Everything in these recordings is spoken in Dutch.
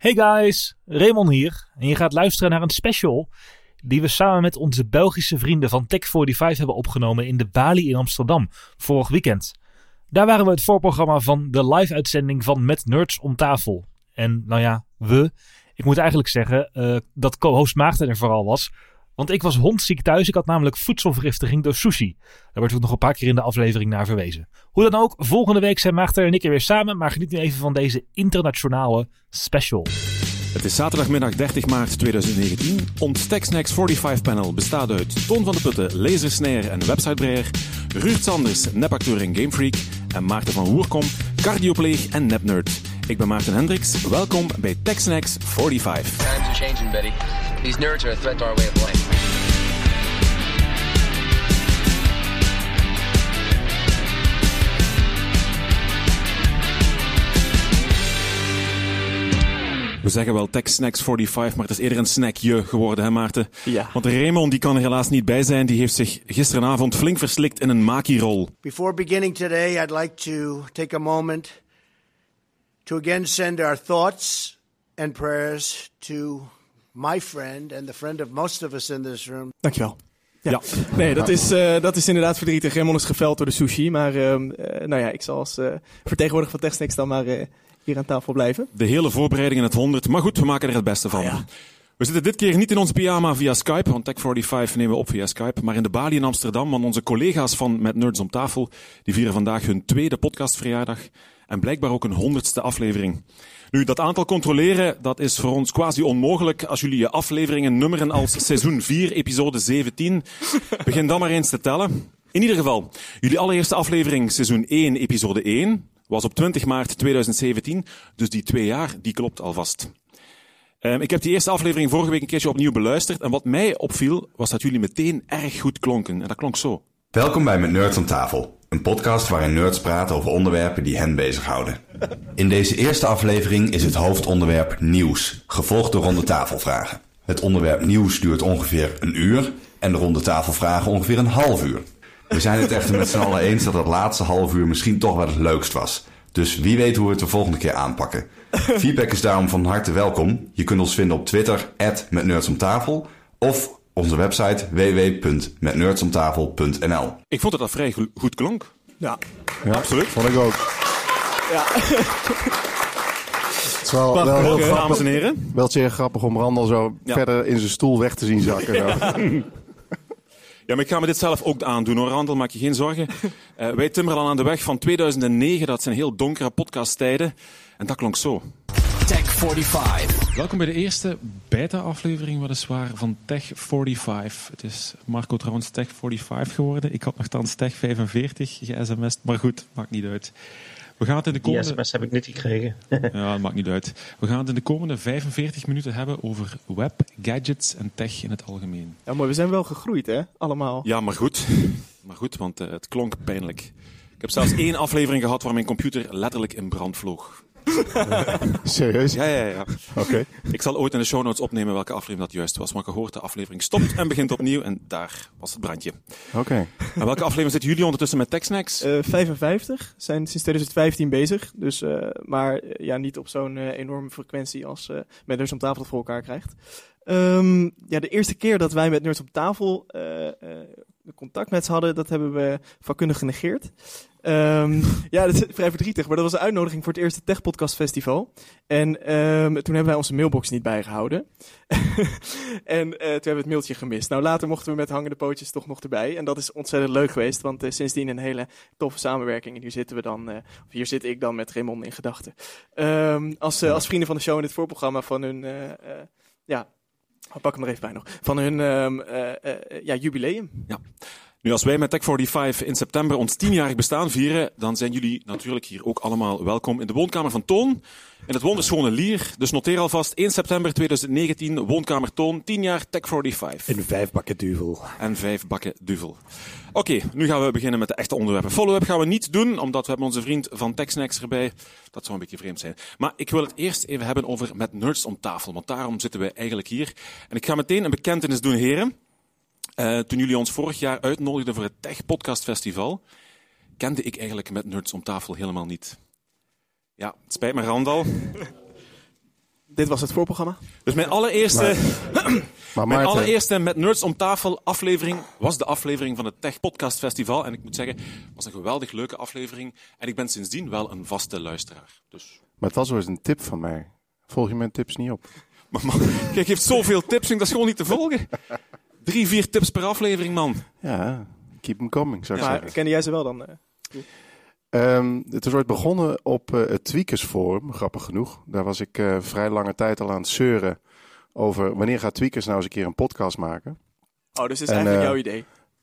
Hey guys, Raymond hier. En je gaat luisteren naar een special die we samen met onze Belgische vrienden van Tech45 hebben opgenomen in de Bali in Amsterdam vorig weekend. Daar waren we het voorprogramma van de live-uitzending van Met Nerds om tafel. En nou ja, ik moet eigenlijk zeggen dat co-host Maarten er vooral was. Want ik was hondziek thuis. Ik had namelijk voedselvergiftiging door sushi. Daar werd ook nog een paar keer in de aflevering naar verwezen. Hoe dan ook, volgende week zijn Maarten en ik er weer samen. Maar geniet nu even van deze internationale special. Het is zaterdagmiddag 30 maart 2019. Ons TechSnacks 45 panel bestaat uit Toon van de Putten, lasersnijder en websitebreier, Ruurt Sanders, nepacteur en gamefreak, en Maarten van Woerkom, cardiopleeg en nepnerd. Ik ben Maarten Hendricks. Welkom bij TechSnacks 45. Times are changing, Betty. These nerds are a threat to our way of life. We zeggen wel TechSnacks 45, maar het is eerder een snackje geworden, hè Maarten? Ja. Want Raymond die kan er helaas niet bij zijn. Die heeft zich gisteravond flink verslikt in een maki-rol. Before beginning today, I'd like to take a moment to again send our thoughts and prayers to my friend and the friend of most of us in this room. Dankjewel. Ja. Nee, dat is inderdaad verdrietig. Raymond is geveld door de sushi. Maar ik zal als vertegenwoordiger van TechSnacks dan maar hier aan tafel blijven. De hele voorbereiding in het 100. Maar goed, we maken er het beste van. Ja. We zitten dit keer niet in onze pyjama via Skype, want Tech45 nemen we op via Skype, maar in de Bali in Amsterdam, want onze collega's van Met Nerds om tafel, die vieren vandaag hun tweede podcastverjaardag en blijkbaar ook een 100ste aflevering. Nu, dat aantal controleren, dat is voor ons quasi onmogelijk als jullie je afleveringen nummeren als seizoen 4, episode 17. Begin dan maar eens te tellen. In ieder geval, jullie allereerste aflevering, seizoen 1, episode 1, was op 20 maart 2017, dus die 2 jaar, die klopt alvast. Ik heb die eerste aflevering vorige week een keertje opnieuw beluisterd en wat mij opviel, was dat jullie meteen erg goed klonken. En dat klonk zo. Welkom bij Met Nerds om tafel, een podcast waarin nerds praten over onderwerpen die hen bezighouden. In deze eerste aflevering is het hoofdonderwerp nieuws, gevolgd door ronde tafelvragen. Het onderwerp nieuws duurt ongeveer 1 uur en de ronde tafelvragen ongeveer een half uur. We zijn het echter met z'n allen eens dat het laatste half uur misschien toch wel het leukst was. Dus wie weet hoe we het de volgende keer aanpakken. Feedback is daarom van harte welkom. Je kunt ons vinden op Twitter, @metnerdsomtafel, of onze website www.metnerdsomtafel.nl. Ik vond dat dat vrij goed klonk. Ja. Absoluut. Vond ik ook. Ja. Het is wel heel grappig, dames en heren. wel zeer grappig om Randal zo verder in zijn stoel weg te zien zakken. Zo. Ja, maar ik ga me dit zelf ook aandoen hoor, Randall, maak je geen zorgen. Wij timmeren al aan de weg van 2009, dat zijn heel donkere podcasttijden. En dat klonk zo. Tech45. Welkom bij de eerste beta-aflevering weliswaar van Tech45. Het is Marco trouwens Tech45 geworden. Ik had nogthans Tech45 ge-sms'd, maar goed, maakt niet uit. We gaan het in de komende... Die sms heb ik niet gekregen. Ja, dat maakt niet uit. We gaan het in de komende 45 minuten hebben over web, gadgets en tech in het algemeen. Ja, maar we zijn wel gegroeid, hè? Allemaal. Ja, maar goed. Want het klonk pijnlijk. Ik heb zelfs 1 aflevering gehad waar mijn computer letterlijk in brand vloog. Serieus? Ja. Oké. Ik zal ooit in de show notes opnemen welke aflevering dat juist was. Maar je hoort, de aflevering stopt en begint opnieuw. En daar was het brandje. Oké. En welke aflevering zitten jullie ondertussen met TechSnacks? 55 zijn sinds 2015 bezig. Dus, maar niet op zo'n enorme frequentie als Met Nerds om tafel het voor elkaar krijgt. De eerste keer dat wij met Nerds op tafel contact met ze hadden, dat hebben we vakkundig genegeerd. Dat is vrij verdrietig, maar dat was een uitnodiging voor het eerste Tech Podcast Festival. En toen hebben wij onze mailbox niet bijgehouden. En toen hebben we het mailtje gemist. Nou, later mochten we met hangende pootjes toch nog erbij. En dat is ontzettend leuk geweest, want sindsdien een hele toffe samenwerking. En hier zit ik dan met Raymond in gedachten. Als vrienden van de show in het voorprogramma van hun... pak hem er even bij nog. Van hun jubileum. Ja. Nu, als wij met Tech45 in september ons 10-jarig bestaan vieren, dan zijn jullie natuurlijk hier ook allemaal welkom in de woonkamer van Toon. In het wonderschone Lier. Dus noteer alvast 1 september 2019, woonkamer Toon, 10 jaar Tech45. In 5 bakken duvel. En 5 bakken duvel. Oké, nu gaan we beginnen met de echte onderwerpen. Follow-up gaan we niet doen, omdat we hebben onze vriend van TechSnacks erbij. Dat zou een beetje vreemd zijn. Maar ik wil het eerst even hebben over Met Nerds om tafel, want daarom zitten we eigenlijk hier. En ik ga meteen een bekentenis doen, heren. Toen jullie ons vorig jaar uitnodigden voor het Tech Podcast Festival, kende ik eigenlijk Met Nerds om tafel helemaal niet. Ja, het spijt me, Randal. Dit was het voorprogramma. Dus mijn allereerste... Maar Mijn Maarten, allereerste Met Nerds om tafel aflevering was de aflevering van het Tech Podcast Festival. En ik moet zeggen, het was een geweldig leuke aflevering. En ik ben sindsdien wel een vaste luisteraar. Dus... maar het was wel eens een tip van mij. Volg je mijn tips niet op? Maar kijk, je geeft zoveel tips, dat is gewoon niet te volgen. 3-4 tips per aflevering, man. Ja, keep them coming, zou ik Maar zeggen. kende jij ze wel dan? Het is ooit begonnen op het Tweakers Forum, grappig genoeg. Daar was ik vrij lange tijd al aan het zeuren over wanneer gaat Tweakers nou eens een keer een podcast maken. Oh, dus dit is En, eigenlijk jouw idee.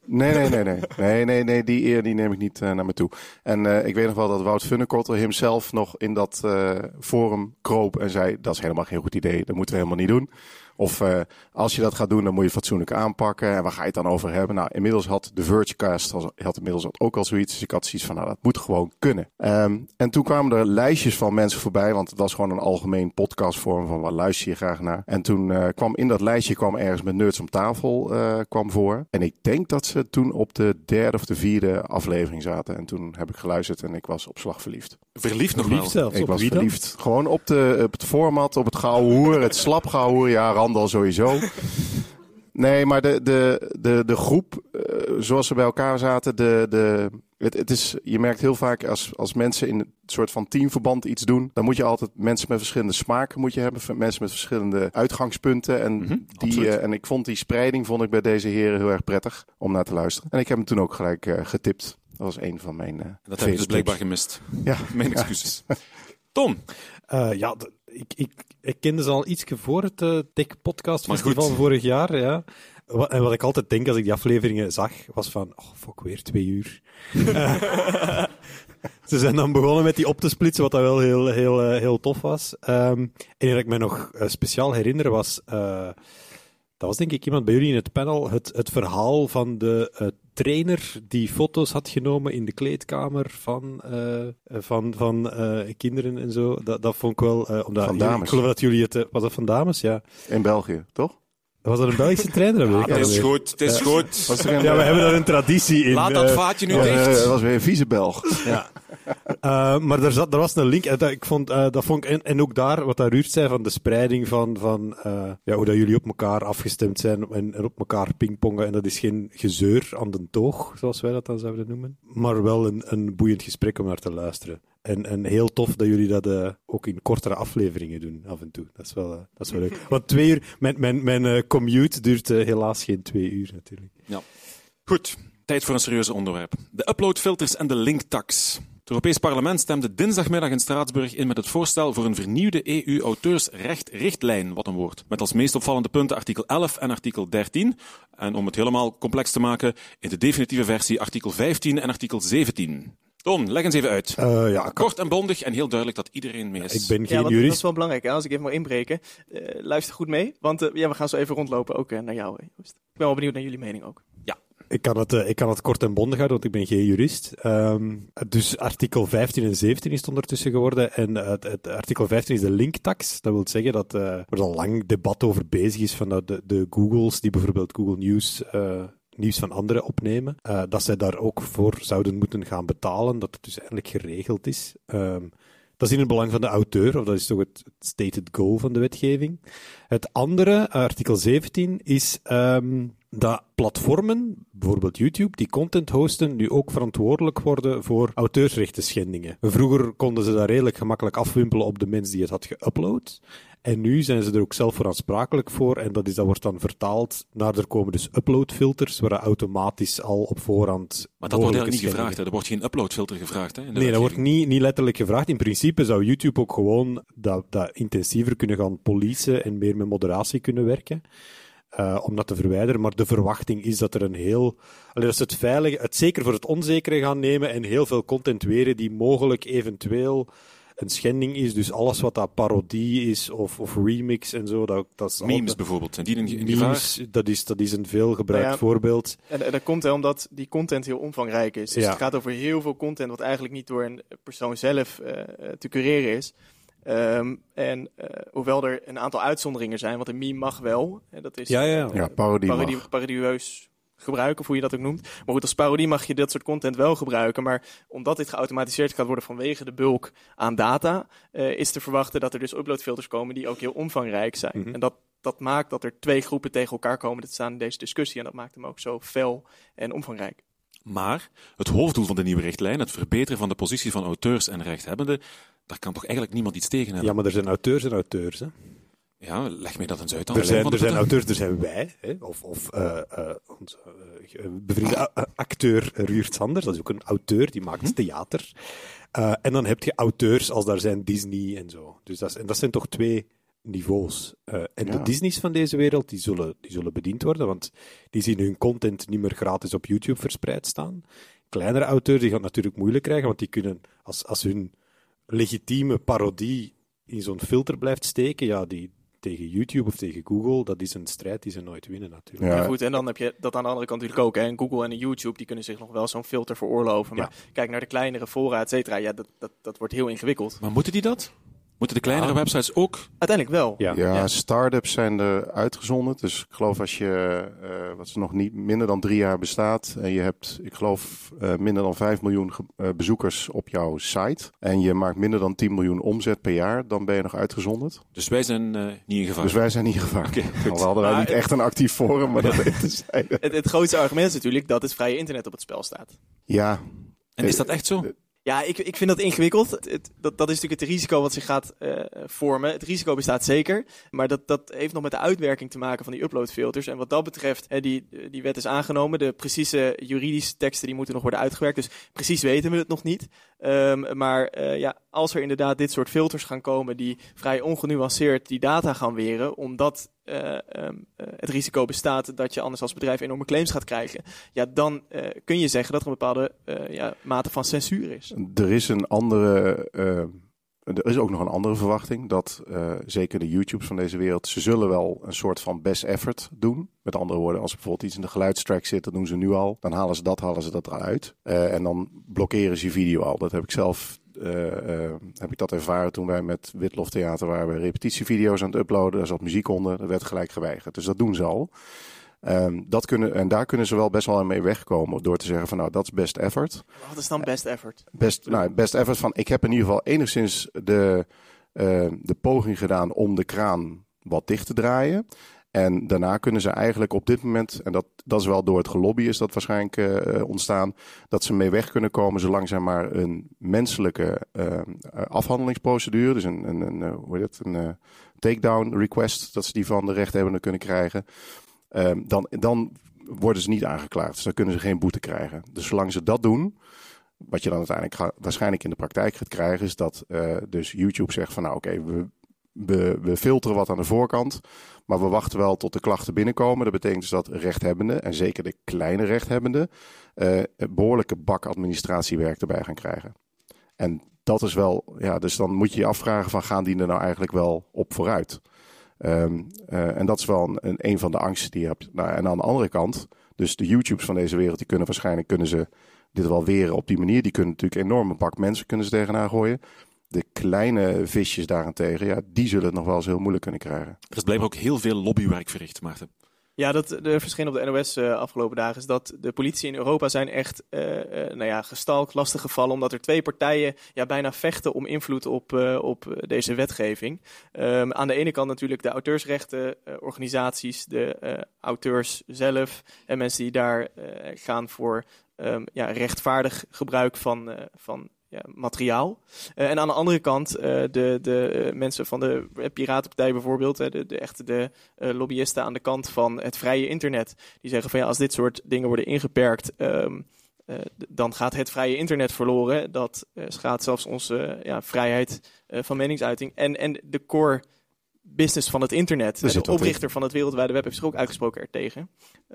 Nee, die eer die neem ik niet naar me toe. En ik weet nog wel dat Wout Funnekotter hemzelf nog in dat forum kroop en zei, dat is helemaal geen goed idee, dat moeten we helemaal niet doen. Of als je dat gaat doen, dan moet je fatsoenlijk aanpakken. En waar ga je het dan over hebben? Nou, inmiddels had de Vergecast ook al zoiets. Dus ik had zoiets van, nou, dat moet gewoon kunnen. En toen kwamen er lijstjes van mensen voorbij. Want het was gewoon een algemeen podcastvorm van, waar luister je graag naar? En toen kwam in dat lijstje ergens met Nerds om tafel kwam voor. En ik denk dat ze toen op de 3e of de 4e aflevering zaten. En toen heb ik geluisterd en ik was op slag verliefd. Verliefd nog wel. zelfs. Ik Op was wie dan? verliefd. Gewoon op het format, op het geouwehoer, het slap geouwehoer. Ja, Randal sowieso. Nee, maar de groep, zoals ze bij elkaar zaten, het is, je merkt heel vaak als mensen in een soort van teamverband iets doen, dan moet je altijd mensen met verschillende smaken moet je hebben, mensen met verschillende uitgangspunten. En, en ik vond die spreiding bij deze heren heel erg prettig om naar te luisteren. En ik heb hem toen ook gelijk getipt. Dat was een van mijn Dat heb ik dus blijkbaar tips. gemist. Ja. Mijn excuses. Tom, Ik kende ze al ietsje voor het Tech Podcast Maar Festival goed. vorig jaar. Ja. En wat ik altijd denk als ik die afleveringen zag, was van, oh fuck, weer 2 uur. Ze zijn dan begonnen met die op te splitsen, wat dat wel heel tof was. En wat ik me nog speciaal herinner was, dat was denk ik iemand bij jullie in het panel, het verhaal van de trainer die foto's had genomen in de kleedkamer van kinderen en zo. Dat vond ik wel... omdat Van jullie- dames. Ik geloof dat jullie het... was dat van dames? Ja. In België, toch? Was dat een Belgische trainer? Dat weet ik het is alweer. goed, het is goed. Was er een, Ja, we hebben daar een traditie in. Laat dat vaatje nu dat dicht. was weer een vieze Belg. Ja. Maar er was een link. Dat vond ik, en ook daar, wat daar Ruud zei, van de spreiding van hoe dat jullie op elkaar afgestemd zijn en op elkaar pingpongen. En dat is geen gezeur aan de toog, zoals wij dat dan zouden noemen. Maar wel een boeiend gesprek om naar te luisteren. En heel tof dat jullie dat ook in kortere afleveringen doen, af en toe. Dat is wel leuk. Want 2 uur, mijn commute duurt helaas geen 2 uur natuurlijk. Ja. Goed, tijd voor een serieus onderwerp. De uploadfilters en de linktax. Het Europees Parlement stemde dinsdagmiddag in Straatsburg in met het voorstel voor een vernieuwde EU-auteursrechtrichtlijn, wat een woord. Met als meest opvallende punten artikel 11 en artikel 13. En om het helemaal complex te maken, in de definitieve versie artikel 15 en artikel 17. Tom, leg eens even uit. Kort en bondig en heel duidelijk dat iedereen mee is. Ik ben Ja, geen want dat jurist. is wel belangrijk. Hè? Als ik even mag inbreken. Luister goed mee. Want we gaan zo even rondlopen ook naar jou, Joost. Ik ben wel benieuwd naar jullie mening ook. Ik kan het kort en bondig houden, want ik ben geen jurist. Dus artikel 15 en 17 is het ondertussen geworden. En het artikel 15 is de linktax. Dat wil zeggen dat er al lang debat over bezig is van de Googles, die bijvoorbeeld Google News nieuws van anderen opnemen, dat zij daar ook voor zouden moeten gaan betalen, dat het dus eindelijk geregeld is. Dat is in het belang van de auteur, of dat is toch het stated goal van de wetgeving. Het andere, artikel 17, is dat platformen, bijvoorbeeld YouTube, die content hosten, nu ook verantwoordelijk worden voor auteursrechtenschendingen. Vroeger konden ze dat redelijk gemakkelijk afwimpelen op de mens die het had geüpload. En nu zijn ze er ook zelf voor aansprakelijk voor. En dat wordt dan vertaald naar, er komen dus uploadfilters, waar automatisch al op voorhand... Maar dat wordt eigenlijk niet schendingen- gevraagd. Hè? Er wordt geen uploadfilter gevraagd. Hè, in de Nee, dat wordt wetgeving. niet letterlijk gevraagd. In principe zou YouTube ook gewoon dat intensiever kunnen gaan policen en meer met moderatie kunnen werken. Om dat te verwijderen. Maar de verwachting is dat er dat ze het zeker voor het onzekere gaan nemen en heel veel content weren die mogelijk eventueel een schending is. Dus alles wat dat parodie is of remix en zo. Dat is Memes altijd- bijvoorbeeld, zijn die in gevaar? Memes, dat is een veel gebruikt Nou ja, voorbeeld. En dat komt hè, omdat die content heel omvangrijk is. Dus Ja. het gaat over heel veel content wat eigenlijk niet door een persoon zelf te cureren is. Hoewel er een aantal uitzonderingen zijn, want een meme mag wel. Dat is Ja. Ja, parodie mag. parodieus gebruiken, of hoe je dat ook noemt. Maar goed, als parodie mag je dat soort content wel gebruiken. Maar omdat dit geautomatiseerd gaat worden vanwege de bulk aan data, is te verwachten dat er dus uploadfilters komen die ook heel omvangrijk zijn. Mm-hmm. En dat maakt dat er 2 groepen tegen elkaar komen te staan in deze discussie. En dat maakt hem ook zo fel en omvangrijk. Maar het hoofddoel van de nieuwe richtlijn, het verbeteren van de positie van auteurs en rechthebbenden, daar kan toch eigenlijk niemand iets tegen hebben? Ja, maar er zijn auteurs en auteurs, hè. Ja, leg mij dat eens uit dan. Er zijn auteurs, er zijn wij, hè, of onze bevriende acteur Ruurt Sanders, dat is ook een auteur, die maakt theater. En dan heb je auteurs als daar zijn Disney en zo. Dus dat zijn toch 2 niveaus. En de Disneys van deze wereld, die zullen bediend worden, want die zien hun content niet meer gratis op YouTube verspreid staan. Kleinere auteurs, die gaan het natuurlijk moeilijk krijgen, want die kunnen, als hun legitieme parodie in zo'n filter blijft steken, ja, die tegen YouTube of tegen Google, dat is een strijd die ze nooit winnen natuurlijk. Ja, goed, en dan heb je dat aan de andere kant natuurlijk ook. Hè. En Google en YouTube, die kunnen zich nog wel zo'n filter veroorloven. Maar kijk naar de kleinere fora, et cetera. Ja, dat wordt heel ingewikkeld. Maar moeten die dat? Moeten de kleinere websites ook? Uiteindelijk wel. Ja, start-ups zijn er uitgezonderd. Dus ik geloof als je, wat ze nog niet minder dan 3 jaar bestaat, en je hebt, ik geloof, minder dan 5 miljoen bezoekers op jouw site, en je maakt minder dan 10 miljoen omzet per jaar, dan ben je nog uitgezonderd. Dus wij zijn niet in gevaar? Dus wij zijn niet in gevaar. Okay, we hadden daar niet echt een actief forum, maar dat even terzijde. Het grootste argument is natuurlijk dat het vrije internet op het spel staat. Ja. En is dat echt zo? Ja, ik vind dat ingewikkeld. Dat is natuurlijk het risico wat zich gaat vormen. Het risico bestaat zeker, maar dat heeft nog met de uitwerking te maken van die uploadfilters. En wat dat betreft, die wet is aangenomen. De precieze juridische teksten die moeten nog worden uitgewerkt. Dus precies weten we het nog niet. Maar als er inderdaad dit soort filters gaan komen die vrij ongenuanceerd die data gaan weren, omdat het risico bestaat dat je anders als bedrijf enorme claims gaat krijgen, ja, dan kun je zeggen dat er een bepaalde mate van censuur is. Er is ook nog een andere verwachting, dat zeker de YouTubes van deze wereld, ze zullen wel een soort van best effort doen. Met andere woorden, als er bijvoorbeeld iets in de geluidstrack zit, dat doen ze nu al, dan halen ze dat eruit. En dan blokkeren ze je video al. Dat heb ik zelf dat ervaren toen wij met Witlof Theater waren we repetitievideo's aan het uploaden. Daar zat muziek onder, dat werd gelijk geweigerd. Dus dat doen ze al. Daar kunnen ze wel best wel mee wegkomen door te zeggen van nou, dat is best effort. Wat is dan best effort? Best effort van ik heb in ieder geval enigszins de poging gedaan om de kraan wat dicht te draaien. En daarna kunnen ze eigenlijk op dit moment, en dat is wel door het gelobby is dat waarschijnlijk ontstaan, dat ze mee weg kunnen komen zolang zij maar een menselijke afhandelingsprocedure, dus een takedown request, dat ze die van de rechthebbenden kunnen krijgen. Dan worden ze niet aangeklaagd. Dus dan kunnen ze geen boete krijgen. Dus zolang ze dat doen, wat je dan uiteindelijk waarschijnlijk in de praktijk gaat krijgen, is dat dus YouTube zegt van nou oké, we filteren wat aan de voorkant, maar we wachten wel tot de klachten binnenkomen. Dat betekent dus dat rechthebbenden, en zeker de kleine rechthebbenden, een behoorlijke bak administratiewerk erbij gaan krijgen. En dat is wel, ja, dus dan moet je je afvragen van gaan die er nou eigenlijk wel op vooruit? En dat is wel een van de angsten die je hebt. Nou, en aan de andere kant, dus de YouTubes van deze wereld, die kunnen ze dit wel weren op die manier. Die kunnen natuurlijk een enorme bak mensen kunnen ze tegenaan gooien. De kleine visjes daarentegen, ja, die zullen het nog wel eens heel moeilijk kunnen krijgen. Er is blijkbaar ook heel veel lobbywerk verricht, Maarten. Ja, er verscheen op de NOS afgelopen dagen is dat de politie in Europa zijn echt gestalkt, lastig gevallen, omdat er 2 partijen bijna vechten om invloed op deze wetgeving. Aan de ene kant natuurlijk de auteursrechtenorganisaties, de auteurs zelf en mensen die daar gaan voor rechtvaardig gebruik van materiaal. En aan de andere kant de mensen van de Piratenpartij bijvoorbeeld, de lobbyisten aan de kant van het vrije internet, die zeggen van als dit soort dingen worden ingeperkt, dan gaat het vrije internet verloren. Dat schaadt zelfs onze vrijheid van meningsuiting. En de core business van het internet. De oprichter van het wereldwijde web heeft zich ook uitgesproken ertegen.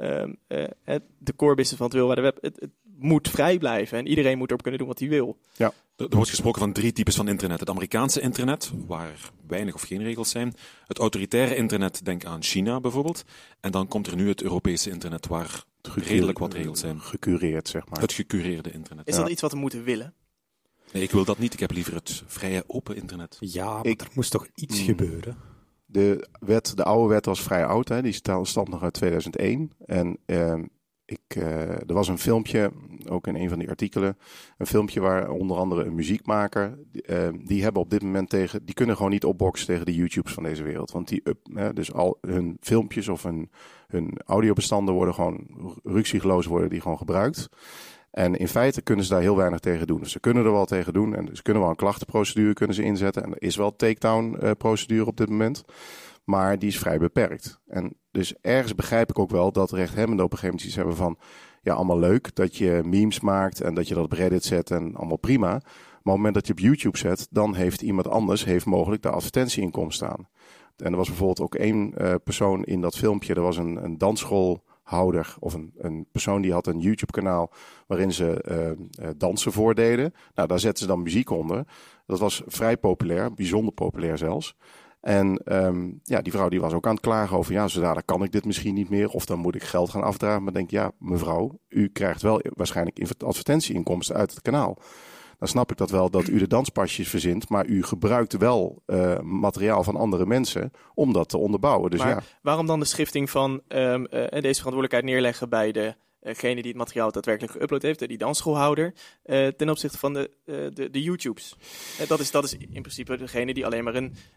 De core business van het wereldwijde web, het moet vrij blijven en iedereen moet erop kunnen doen wat hij wil. Ja. Er wordt gesproken van 3 types van internet. Het Amerikaanse internet, waar weinig of geen regels zijn. Het autoritaire internet, denk aan China bijvoorbeeld. En dan komt er nu het Europese internet, waar redelijk wat regels zijn. Gecureerd, zeg maar. Het gecureerde internet. Is dat iets wat we moeten willen? Nee, ik wil dat niet. Ik heb liever het vrije, open internet. Ja, maar er moest toch iets gebeuren? De oude wet was vrij oud. Hè? Die stamt nog uit 2001. En Er was een filmpje, ook in een van die artikelen, een filmpje waar onder andere een muziekmaker, die hebben op dit moment die kunnen gewoon niet opboksen tegen de YouTubes van deze wereld. Want dus al hun filmpjes of hun audiobestanden worden gewoon ruksigloos worden die gewoon gebruikt. En in feite kunnen ze daar heel weinig tegen doen. Dus ze kunnen er wel tegen doen en ze kunnen wel een klachtenprocedure kunnen ze inzetten. En er is wel takedown procedure op dit moment. Maar die is vrij beperkt. En dus ergens begrijp ik ook wel dat rechthebbenden op een gegeven moment iets hebben van, ja, allemaal leuk dat je memes maakt en dat je dat op Reddit zet en allemaal prima. Maar op het moment dat je op YouTube zet, dan heeft iemand anders mogelijk de advertentieinkomsten aan. En er was bijvoorbeeld ook één persoon in dat filmpje, er was een dansschoolhouder of een persoon die had een YouTube-kanaal waarin ze dansen voordeden. Nou, daar zetten ze dan muziek onder. Dat was vrij populair, bijzonder populair zelfs. En die vrouw die was ook aan het klagen over, ja, zodanig kan ik dit misschien niet meer. Of dan moet ik geld gaan afdragen. Maar denk, ja, mevrouw, u krijgt wel waarschijnlijk advertentieinkomsten uit het kanaal. Dan snap ik dat wel dat u de danspasjes verzint. Maar u gebruikt wel materiaal van andere mensen om dat te onderbouwen. Dus maar waarom dan de schifting van deze verantwoordelijkheid neerleggen bij degene die het materiaal daadwerkelijk geüpload heeft, die dansschoolhouder, ten opzichte van de YouTubes? Dat is in principe degene die alleen maar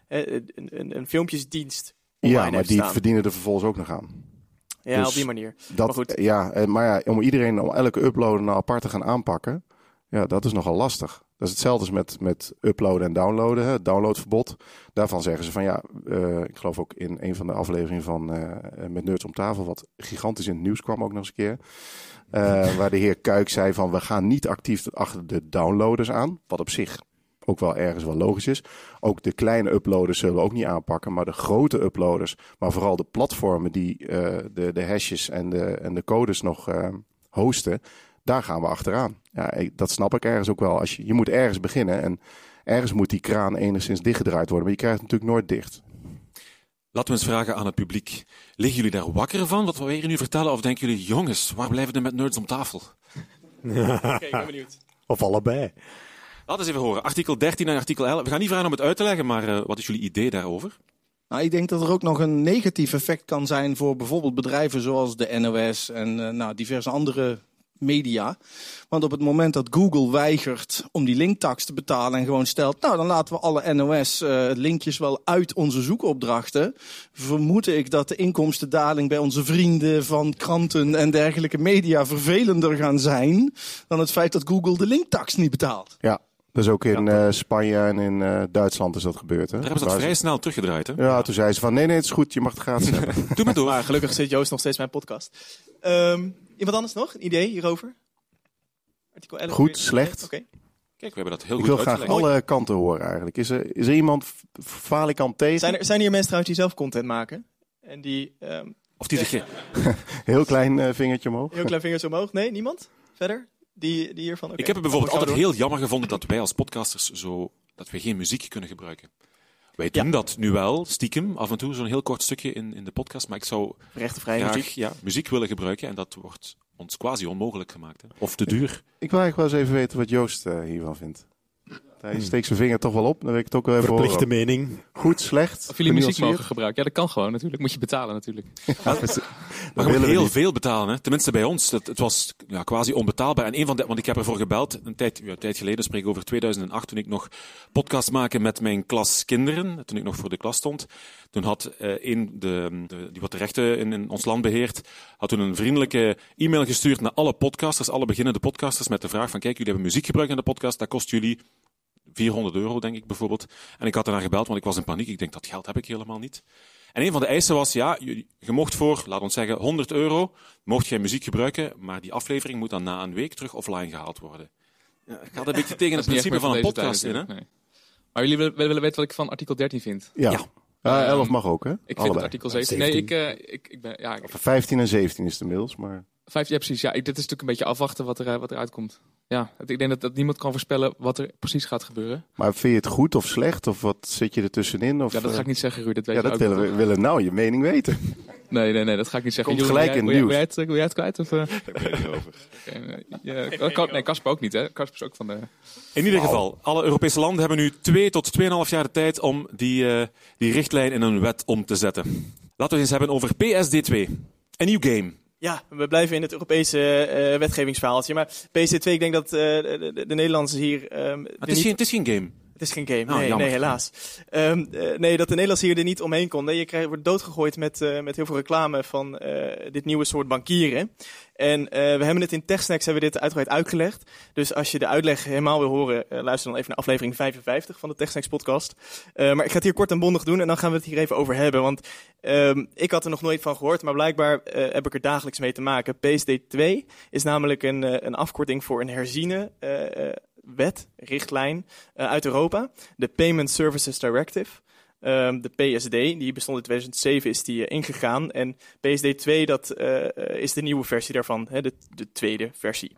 een filmpjesdienst online maar die verdienen er vervolgens ook nog aan. Ja, dus op die manier. Maar goed. Om elke uploader nou apart te gaan aanpakken, ja, dat is nogal lastig. Dat is hetzelfde als met uploaden en downloaden. Het downloadverbod. Daarvan zeggen ze van ik geloof ook in een van de afleveringen van met Nerds om tafel, wat gigantisch in het nieuws kwam ook nog eens een keer. Waar de heer Kuik zei van, we gaan niet actief achter de downloaders aan. Wat op zich ook wel ergens wel logisch is. Ook de kleine uploaders zullen we ook niet aanpakken. Maar de grote uploaders, maar vooral de platformen die de hashes en de codes nog hosten, daar gaan we achteraan. Ja, dat snap ik ergens ook wel. Je moet ergens beginnen en ergens moet die kraan enigszins dichtgedraaid worden. Maar je krijgt het natuurlijk nooit dicht. Laten we eens vragen aan het publiek. Liggen jullie daar wakker van, wat we hier nu vertellen? Of denken jullie, jongens, waar blijven we met Nerds om tafel? Oké, ik ben benieuwd. Of allebei. Laten we eens even horen. Artikel 13 en artikel 11. We gaan niet vragen om het uit te leggen, maar wat is jullie idee daarover? Nou, ik denk dat er ook nog een negatief effect kan zijn voor bijvoorbeeld bedrijven zoals de NOS en diverse andere media. Want op het moment dat Google weigert om die linktax te betalen en gewoon stelt, nou, dan laten we alle NOS-linkjes wel uit onze zoekopdrachten, vermoed ik dat de inkomstendaling bij onze vrienden van kranten en dergelijke media vervelender gaan zijn dan het feit dat Google de linktax niet betaalt. Ja. Dat is ook in Spanje en in Duitsland is dat gebeurd. Hè? Daar hebben ze dat vrij snel teruggedraaid. Hè? Ja, toen zei ze van, nee, het is goed, je mag het gratis hebben. Doe maar door. Maar gelukkig zit Joost nog steeds mijn podcast. Iemand anders nog? Een idee hierover? Artikel 11. Goed, slecht. Oké. Kijk, we hebben dat heel Ik goed wil graag uitgelegd. alle kanten horen eigenlijk. Is er iemand falikant tegen? Zijn hier mensen trouwens die zelf content maken? En die... Of die zich... Heel klein vingertje omhoog. Heel klein vingers omhoog. Nee, niemand? Verder? Die hiervan? Okay. Ik heb het bijvoorbeeld Gaan we altijd door. heel jammer gevonden dat wij als podcasters dat we geen muziek kunnen gebruiken. Wij doen dat nu wel, stiekem, af en toe, zo'n heel kort stukje in de podcast. Maar ik zou Rechtenvrije graag muziek. muziek willen gebruiken en dat wordt ons quasi onmogelijk gemaakt. Hè. Of te duur. Ik wil eigenlijk wel eens even weten wat Joost hiervan vindt. Hij steekt zijn vinger toch wel op, dan weet ik het ook wel even horen. Verplichte mening. Goed, slecht. Of jullie muziek genuanceerd. mogen gebruiken. Ja, dat kan gewoon natuurlijk. Moet je betalen natuurlijk. Maar je moet heel veel betalen, hè? Tenminste bij ons. Het was quasi onbetaalbaar. En want ik heb ervoor gebeld, een tijd geleden, spreek ik over 2008, toen ik nog podcast maakte met mijn klas kinderen, toen ik nog voor de klas stond. Toen had die wat de rechten in ons land beheert, had toen een vriendelijke e-mail gestuurd naar alle podcasters, alle beginnende podcasters, met de vraag van, kijk, jullie hebben muziek gebruikt in de podcast, dat kost jullie €400, denk ik bijvoorbeeld. En ik had ernaar gebeld, want ik was in paniek. Ik denk, dat geld heb ik helemaal niet. En een van de eisen was, je mocht voor, laat ons zeggen, €100, mocht jij muziek gebruiken, maar die aflevering moet dan na een week terug offline gehaald worden. Ja, het gaat een beetje tegen het principe van een podcast in, hè? Nee. Maar jullie willen weten wat ik van artikel 13 vind? Ja. 11 mag ook, hè? Ik vind Allebei. het artikel 17... Nee, ik ben... Ja, 15 en 17 is het inmiddels, maar... 15, ja, precies. Ja, dit is natuurlijk een beetje afwachten wat er uitkomt. Ja, ik denk dat niemand kan voorspellen wat er precies gaat gebeuren. Maar vind je het goed of slecht? Of wat zit je er tussenin? Of, Ja, dat ga ik niet zeggen, Ruud. Dat weet Ja, je dat ook wel. we willen nou je mening weten. Nee, dat ga ik niet zeggen. Komt Jeroen, gelijk in het wil nieuws. jij het kwijt? Of, nee, Kasper ook niet, hè? Kasper is ook van de... In ieder geval, alle Europese landen hebben nu 2 tot 2,5 jaar de tijd om die richtlijn in een wet om te zetten. Laten we het eens hebben over PSD2. Een nieuw game. Ja, we blijven in het Europese wetgevingsverhaaltje. Maar PSD2, ik denk dat de Nederlanders hier... Het is geen game. Het is geen game, nee, helaas. Nee, dat de Nederlanders hier er niet omheen konden. Je wordt doodgegooid met heel veel reclame van dit nieuwe soort bankieren. En we hebben het in TechSnacks dit uitgebreid uitgelegd. Dus als je de uitleg helemaal wil horen, luister dan even naar aflevering 55 van de TechSnacks podcast. Maar ik ga het hier kort en bondig doen en dan gaan we het hier even over hebben. Want ik had er nog nooit van gehoord, maar blijkbaar heb ik er dagelijks mee te maken. PSD2 is namelijk een afkorting voor een herziene richtlijn uit Europa. De Payment Services Directive. De PSD, die bestond in 2007, is die ingegaan. En PSD2, dat is de nieuwe versie daarvan. De tweede versie.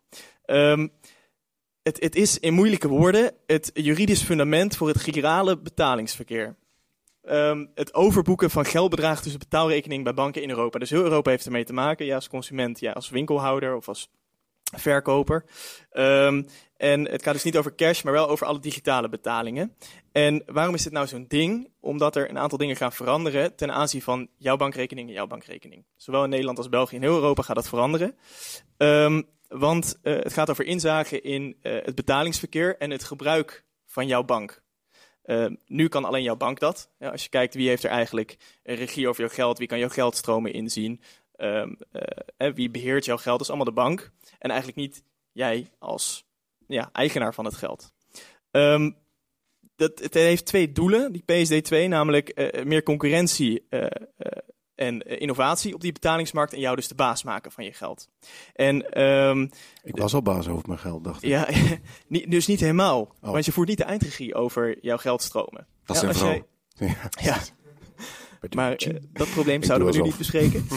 Het is in moeilijke woorden het juridisch fundament voor het girale betalingsverkeer. Het overboeken van geldbedragen tussen betaalrekeningen bij banken in Europa. Dus heel Europa heeft ermee te maken. Ja, als consument, ja, als winkelhouder of als verkoper. En het gaat dus niet over cash, maar wel over alle digitale betalingen. En waarom is dit nou zo'n ding? Omdat er een aantal dingen gaan veranderen ten aanzien van jouw bankrekening en jouw bankrekening. Zowel in Nederland als België en heel Europa gaat dat veranderen. Want het gaat over inzage in het betalingsverkeer en het gebruik van jouw bank. Nu kan alleen jouw bank dat. Ja, als je kijkt wie heeft er eigenlijk regie over jouw geld, wie kan jouw geldstromen inzien, wie beheert jouw geld, dat is allemaal de bank. En eigenlijk niet jij als eigenaar van het geld. Het heeft twee doelen, die PSD2, namelijk meer concurrentie en innovatie op die betalingsmarkt en jou dus de baas maken van je geld. En, ik was al baas over mijn geld, dacht ik. Ja, dus niet helemaal. Want je voert niet de eindregie over jouw geldstromen. Dat is een vrouw. Ja. Maar dat probleem zouden we nu niet bespreken.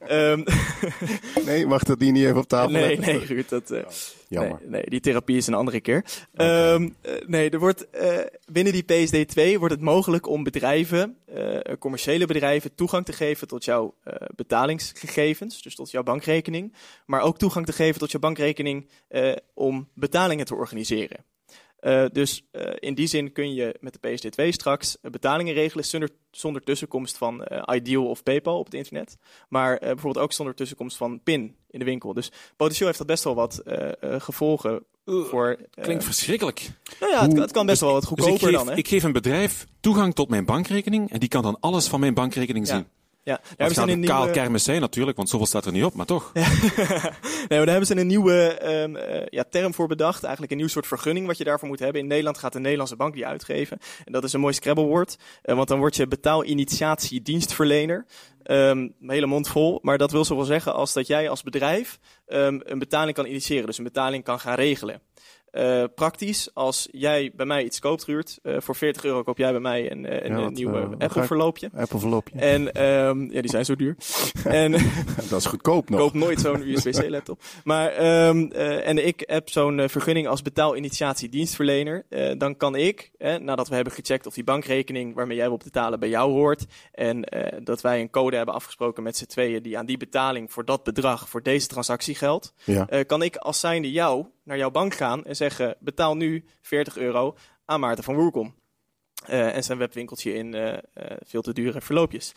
Nee, mag dat niet even op tafel? Nee, Ruud. Jammer. Nee, die therapie is een andere keer. Okay. Er wordt binnen die PSD2 wordt het mogelijk om bedrijven, commerciële bedrijven, toegang te geven tot jouw betalingsgegevens, dus tot jouw bankrekening, maar ook toegang te geven tot jouw bankrekening om betalingen te organiseren. Dus in die zin kun je met de PSD2 straks betalingen regelen zonder tussenkomst van Ideal of PayPal op het internet. Maar bijvoorbeeld ook zonder tussenkomst van PIN in de winkel. Dus potentieel heeft dat best wel wat gevolgen voor... Klinkt verschrikkelijk. Nou ja, het kan best wel wat goedkoper dan. Hè? Ik geef een bedrijf toegang tot mijn bankrekening en die kan dan alles van mijn bankrekening zien. Ja, dat gaat een kaal kermis zijn natuurlijk, want zoveel staat er niet op, maar toch. Ja. Nee, maar daar hebben ze een nieuwe term voor bedacht. Eigenlijk een nieuw soort vergunning wat je daarvoor moet hebben. In Nederland gaat de Nederlandse bank die uitgeven. En dat is een mooi Scrabble-woord. Want dan word je betaalinitiatiedienstverlener. Een hele mond vol. Maar dat wil zoveel zeggen als dat jij als bedrijf een betaling kan initiëren. Dus een betaling kan gaan regelen. Praktisch, als jij bij mij iets koopt, Ruud, voor €40 koop jij bij mij een nieuwe Apple-verloopje. Apple-verloopje. En die zijn zo duur. En dat is goedkoop nog. Koop nooit zo'n USB-C-laptop. Maar en ik heb zo'n vergunning als betaalinitiatiedienstverlener. Dan kan ik, nadat we hebben gecheckt of die bankrekening waarmee jij wilt betalen bij jou hoort, en dat wij een code hebben afgesproken met z'n tweeën die aan die betaling voor dat bedrag, voor deze transactie geldt, kan ik als zijnde jou naar jouw bank gaan en zeggen, betaal nu €40 aan Maarten van Woerkom. En zijn webwinkeltje in veel te dure verloopjes.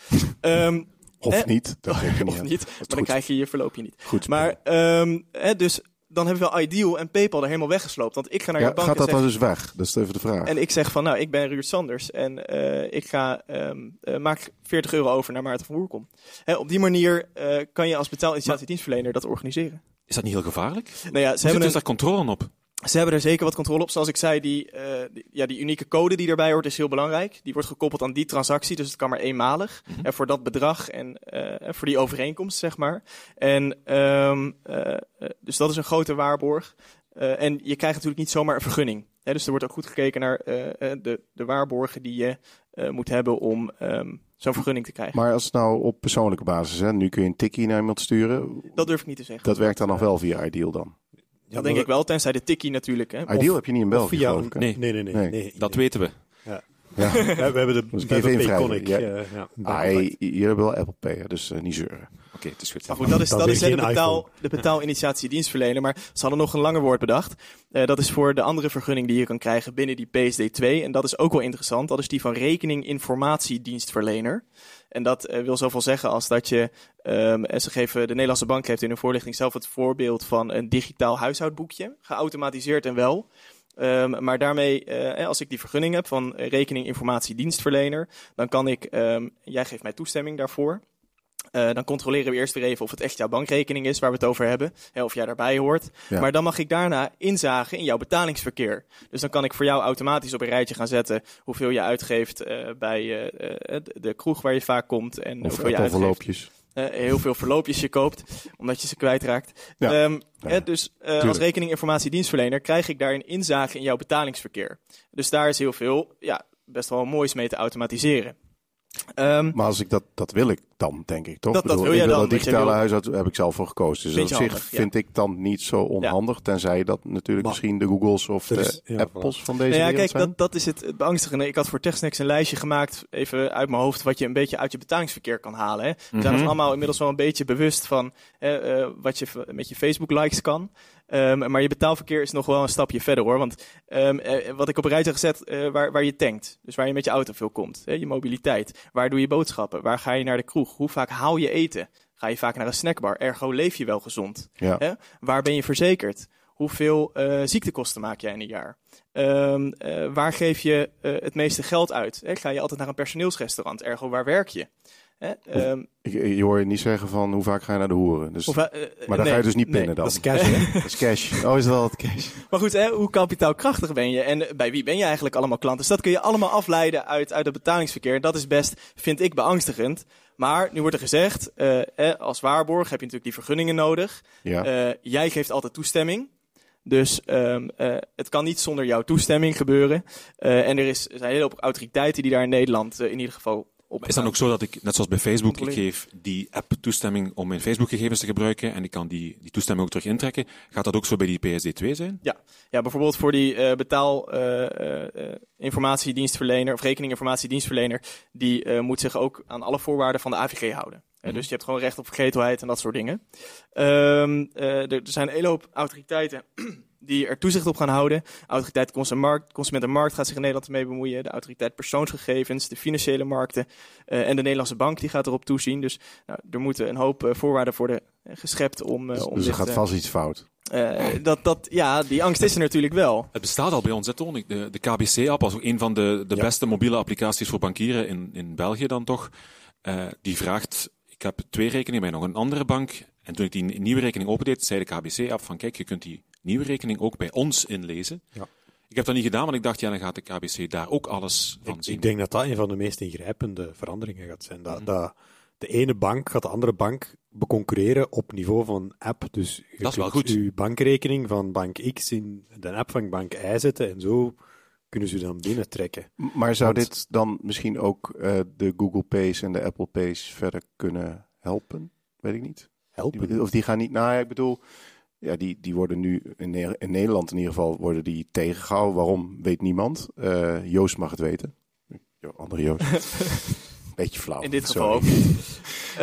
Of niet, dat zeg je niet. Of niet, maar dan krijg je je verloopje niet. Goed. Maar dus dan hebben we Ideal en PayPal er helemaal weggesloopt. Want ik ga naar jouw bank gaat dat en dan dus weg? Dat is even de vraag. En ik zeg van, ik ben Ruud Sanders en ik ga maak €40 over naar Maarten van Woerkom. Op die manier kan je als betaalinitiatiedienstverlener dat organiseren. Is dat niet heel gevaarlijk? Nou ja, ze hebben dus daar controle op. Ze hebben er zeker wat controle op. Zoals ik zei, die unieke code die erbij hoort is heel belangrijk. Die wordt gekoppeld aan die transactie, dus het kan maar eenmalig. En voor dat bedrag en voor die overeenkomst, zeg maar. En dus dat is een grote waarborg. En je krijgt natuurlijk niet zomaar een vergunning. Dus er wordt ook goed gekeken naar de waarborgen die je moet hebben om zo'n vergunning te krijgen. Maar als het nou op persoonlijke basis is, nu kun je een tikkie naar iemand sturen. Dat durf ik niet te zeggen. Dat werkt dan nog wel via Ideal dan? Dat denk ik wel, tenzij de tikkie natuurlijk. Hè. Ideal heb je niet in België, geloof ik. Nee, dat weten we. Ja. Ja. We hebben de Payconic. jullie hebben wel Apple Pay, dus niet zeuren. Oké, het is goed. Maar goed, dat is weer de geen betaalinitiatie dienstverlener. Maar ze hadden nog een langer woord bedacht. Dat is voor de andere vergunning die je kan krijgen binnen die PSD2. En dat is ook wel interessant. Dat is die van rekening-informatiedienstverlener. En dat wil zoveel zeggen als dat je... de Nederlandse Bank heeft in hun voorlichting zelf het voorbeeld van een digitaal huishoudboekje. Geautomatiseerd en wel. Maar daarmee, als ik die vergunning heb van rekening-informatiedienstverlener, dan kan ik, jij geeft mij toestemming daarvoor. Dan controleren we eerst weer even of het echt jouw bankrekening is waar we het over hebben. Of jij daarbij hoort. Ja. Maar dan mag ik daarna inzagen in jouw betalingsverkeer. Dus dan kan ik voor jou automatisch op een rijtje gaan zetten hoeveel je uitgeeft bij de kroeg waar je vaak komt. En of hoeveel je uitgeeft. verloopjes. Heel veel verloopjes je koopt, omdat je ze kwijtraakt. Ja. Dus als rekening-informatiedienstverlener krijg ik daar een inzage in jouw betalingsverkeer. Dus daar is heel veel, best wel moois mee te automatiseren. Maar als ik dat wil ik dan, denk ik, toch? Dat wil jij dan. Dat digitale huishoud heb ik zelf voor gekozen. Dus op zich handig, vind ik dan niet zo onhandig, tenzij dat natuurlijk misschien de Googles of de Apples van deze wereld zijn. Dat is het beangstigende. Ik had voor TechSnacks een lijstje gemaakt, even uit mijn hoofd, wat je een beetje uit je betalingsverkeer kan halen. Hè. We zijn ons allemaal inmiddels wel een beetje bewust van wat je met je Facebook-likes kan. Maar je betaalverkeer is nog wel een stapje verder, hoor. Want wat ik op een rijtje heb gezet, waar je tankt. Dus waar je met je auto veel komt. Je mobiliteit. Waar doe je boodschappen? Waar ga je naar de kroeg? Hoe vaak haal je eten? Ga je vaak naar een snackbar? Ergo leef je wel gezond. Ja. Waar ben je verzekerd? Hoeveel ziektekosten maak jij in een jaar? Waar geef je het meeste geld uit? Ga je altijd naar een personeelsrestaurant? Ergo, waar werk je? Je hoor je niet zeggen van hoe vaak ga je naar de hoeren. Dus, maar dan ga je dus niet pinnen dan. Dat is cash, hè? Dat is cash. Oh, is dat altijd cash? Maar goed, hoe kapitaalkrachtig ben je? En bij wie ben je eigenlijk allemaal klant? Dus dat kun je allemaal afleiden uit het betalingsverkeer. Dat is best, vind ik, beangstigend. Maar nu wordt er gezegd, als waarborg heb je natuurlijk die vergunningen nodig. Ja. Jij geeft altijd toestemming. Dus het kan niet zonder jouw toestemming gebeuren. En er zijn een hele hoop autoriteiten die daar in Nederland in ieder geval... Is dan ook zo dat ik, net zoals bij Facebook, ik geef die app toestemming om mijn Facebook-gegevens te gebruiken en ik kan die toestemming ook terug intrekken. Gaat dat ook zo bij die PSD2 zijn? Ja, bijvoorbeeld voor die betaalinformatiedienstverlener of rekeninginformatiedienstverlener, die moet zich ook aan alle voorwaarden van de AVG houden. Dus je hebt gewoon recht op vergetelheid en dat soort dingen. Er zijn een hele hoop autoriteiten die er toezicht op gaan houden. Autoriteit Consument en Markt gaat zich in Nederland mee bemoeien. De autoriteit persoonsgegevens, de financiële markten en de Nederlandse Bank die gaat erop toezien. Dus er moeten een hoop voorwaarden worden geschept om dus er gaat vast iets fout. Die angst is er natuurlijk wel. Het bestaat al bij ons, Tony. De KBC-app als ook een van de beste mobiele applicaties voor bankieren in België dan toch. Die vraagt, ik heb 2 rekeningen bij nog een andere bank. En toen ik die nieuwe rekening opendeed, zei de KBC-app van kijk, je kunt die nieuwe rekening ook bij ons inlezen. Ja. Ik heb dat niet gedaan, want ik dacht, dan gaat de KBC daar ook alles van zien. Ik denk dat dat een van de meest ingrijpende veranderingen gaat zijn. Dat de ene bank gaat de andere bank beconcurreren op niveau van app. Dus dat is wel goed. Uw bankrekening van bank X in de app van bank Y zetten en zo kunnen ze dan binnentrekken. Maar zou dit dan misschien ook de Google Pays en de Apple Pays verder kunnen helpen? Weet ik niet. Helpen? Of die gaan niet... Nou, ik bedoel... Ja, die worden nu in Nederland in ieder geval worden die tegengehouden. Waarom, weet niemand. Joost mag het weten. Andere Joost. Beetje flauw. In dit geval ook niet.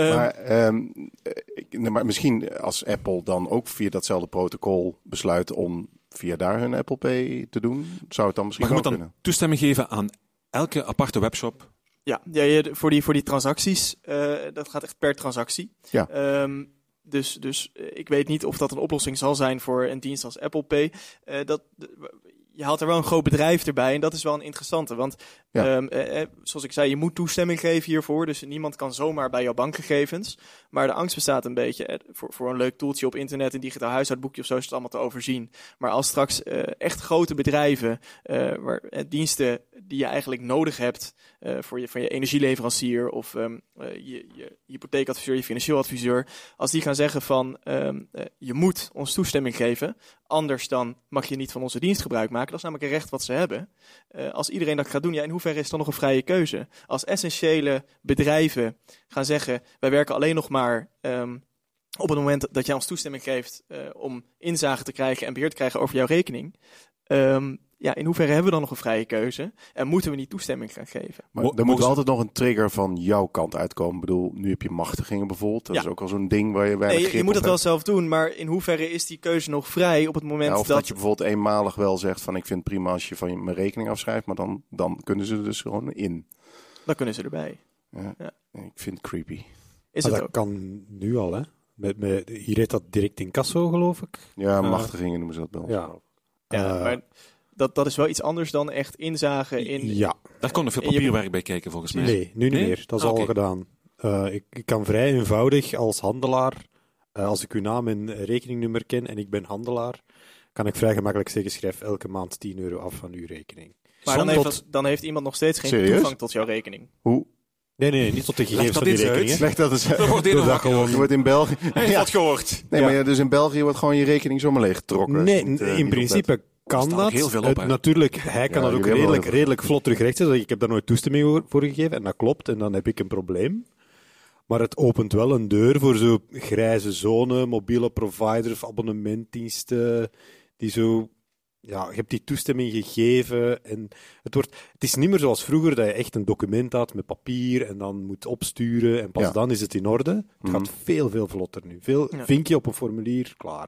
Maar misschien als Apple dan ook via datzelfde protocol besluit om via daar hun Apple Pay te doen, zou het dan misschien maar je ook moet dan toestemming geven aan elke aparte webshop. Ja, voor die transacties, dat gaat echt per transactie. Ja. Dus ik weet niet of dat een oplossing zal zijn voor een dienst als Apple Pay. Je haalt er wel een groot bedrijf erbij en dat is wel een interessante. Want zoals ik zei, je moet toestemming geven hiervoor. Dus niemand kan zomaar bij jouw bankgegevens. Maar de angst bestaat een beetje voor een leuk toeltje op internet, een digitaal huishoudboekje of zo is het allemaal te overzien. Maar als straks echt grote bedrijven, diensten die je eigenlijk nodig hebt van je energieleverancier of je hypotheekadviseur, je financieel adviseur, als die gaan zeggen van je moet ons toestemming geven, anders dan mag je niet van onze dienst gebruik maken. Dat is namelijk een recht wat ze hebben. Als iedereen dat gaat doen, in hoeverre is het dan nog een vrije keuze? Als essentiële bedrijven gaan zeggen, wij werken alleen nog maar op het moment dat jij ons toestemming geeft om inzage te krijgen en beheer te krijgen over jouw rekening, In hoeverre hebben we dan nog een vrije keuze? En moeten we niet toestemming gaan geven? Maar er moet altijd nog een trigger van jouw kant uitkomen. Ik bedoel, nu heb je machtigingen bijvoorbeeld. Dat is ook al zo'n ding waar je weinig grip je moet op het wel hebt. zelf doen, maar in hoeverre is die keuze nog vrij op het moment Of dat je bijvoorbeeld eenmalig wel zegt van ik vind het prima als je van mijn rekening afschrijft, maar dan kunnen ze er dus gewoon in. Dan kunnen ze erbij. Ja. Ik vind het creepy. Dat kan nu al, hè? Hier heet dat direct incasso, geloof ik. Ja, machtigingen noemen ze dat bij ons. Ja, maar dat is wel iets anders dan echt inzagen in... Ja. Daar kon er veel papierwerk bij kijken, volgens mij. Nee, nu niet meer. Dat is al gedaan. Ik kan vrij eenvoudig als handelaar, als ik uw naam en rekeningnummer ken en ik ben handelaar, kan ik vrij gemakkelijk zeggen, schrijf elke maand €10 af van uw rekening. Maar dan heeft iemand nog steeds geen toegang tot jouw rekening. Hoe? Nee, niet tot de gegevens van die rekening. Leg dat eens uit. Je wordt in België... Heb je dat gehoord? Nee, maar dus in België wordt gewoon je rekening zomaar leeggetrokken. Nee, in principe kan dat. Heel veel op, natuurlijk, hij kan dat ook redelijk vlot terugrechten. Ik heb daar nooit toestemming voor gegeven en dat klopt. En dan heb ik een probleem. Maar het opent wel een deur voor zo grijze zone, mobiele providers, abonnementdiensten, die zo... Ja, je hebt die toestemming gegeven en het is niet meer zoals vroeger dat je echt een document had met papier en dan moet opsturen en pas dan is het in orde. Het gaat veel vlotter nu. Vinkje op een formulier, klaar.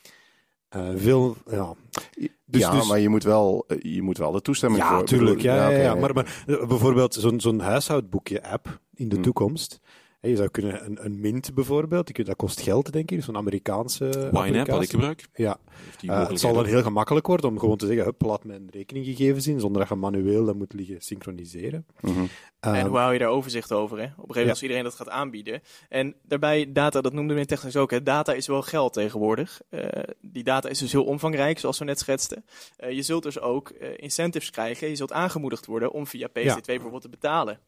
Maar je moet wel de toestemming voor. Ja, tuurlijk. Maar bijvoorbeeld zo'n huishoudboekje-app in de toekomst. Je zou kunnen een Mint bijvoorbeeld, dat kost geld, denk ik, zo'n Amerikaanse Wine-app, wat ik gebruik. Ja. Het zal dan heel gemakkelijk worden om gewoon te zeggen, laat mijn rekeninggegevens in, zonder dat je manueel dat moet liggen synchroniseren. En hoe hou je daar overzicht over? Hè? Op een gegeven moment als iedereen dat gaat aanbieden. En daarbij data, dat noemden we in technisch ook, hè? Data is wel geld tegenwoordig. Die data is dus heel omvangrijk, zoals we net schetsten. Je zult dus ook incentives krijgen. Je zult aangemoedigd worden om via PSD2 bijvoorbeeld te betalen.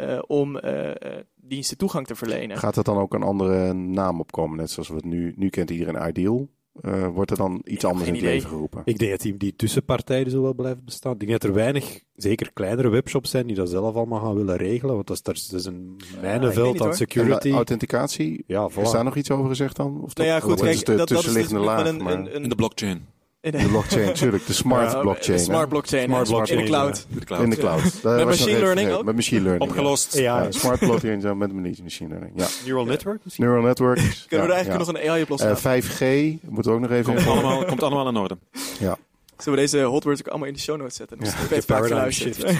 Om diensten toegang te verlenen. Gaat er dan ook een andere naam opkomen? Net zoals we het nu kent iedereen Ideal. Wordt er dan iets anders in het leven geroepen? Ik denk dat die tussenpartijen zo wel blijven bestaan. Ik denk dat er weinig, zeker kleinere webshops zijn die dat zelf allemaal gaan willen regelen. Want dat is een mijnenveld aan security. En authenticatie? Is daar nog iets over gezegd dan? Of goed, dat is de tussenliggende laag? In de blockchain. De blockchain, natuurlijk. De smart blockchain. Smart blockchain. In de cloud. In de cloud. Met machine learning ook? Met machine learning. Opgelost. Ja, smart blockchain met machine learning. Ja. Neural network misschien? Neural network. Kunnen we er eigenlijk nog een AI-oplossing 5G moeten we ook nog even... Komt allemaal in orde. Ja. Zullen we deze hotwords ook allemaal in de show notes zetten? Dus ik heb vaak geluisterd. In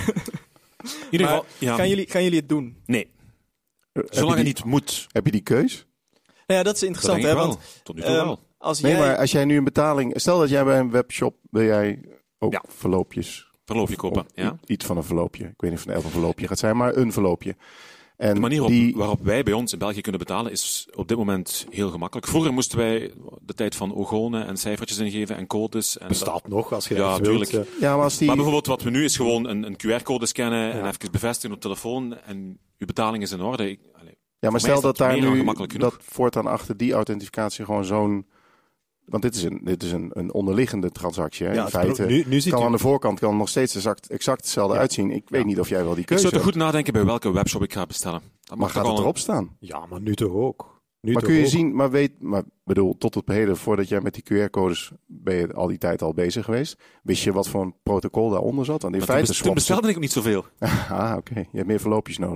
ieder geval, gaan jullie het doen? Nee. Zolang het niet moet. Heb je die keus? Nou ja, dat is interessant. Hè? Want, tot nu toe wel. Maar als jij nu een betaling... Stel dat jij bij een webshop wil jij ook verloopjes... Verloopje kopen, ja. Iets van een verloopje. Ik weet niet of het een verloopje gaat zijn, maar een verloopje. En de manier waarop wij bij ons in België kunnen betalen is op dit moment heel gemakkelijk. Vroeger moesten wij de tijd van ogonen en cijfertjes ingeven en codes. En bestaat nog, als je dat wilt. Ja, maar bijvoorbeeld wat we nu is gewoon een QR-code scannen en even bevestigen op telefoon en uw betaling is in orde. Maar stel dat daar nu dat voortaan achter die authentificatie gewoon zo'n... Want dit is een onderliggende transactie. Hè? In feite kan aan de voorkant nog steeds exact hetzelfde uitzien. Ik weet niet of jij wel die keuze hebt. Ik zou te goed nadenken bij welke webshop ik ga bestellen. Maar gaat het erop staan? Ja, maar nu toch ook. Kun je zien, maar bedoel, tot op heden, voordat jij met die QR-codes ben je al die tijd al bezig geweest. Wist je wat voor een protocol daaronder zat? Want in feite toen bestelde ik ook niet zoveel. Oké. Je hebt meer verloopjes nodig.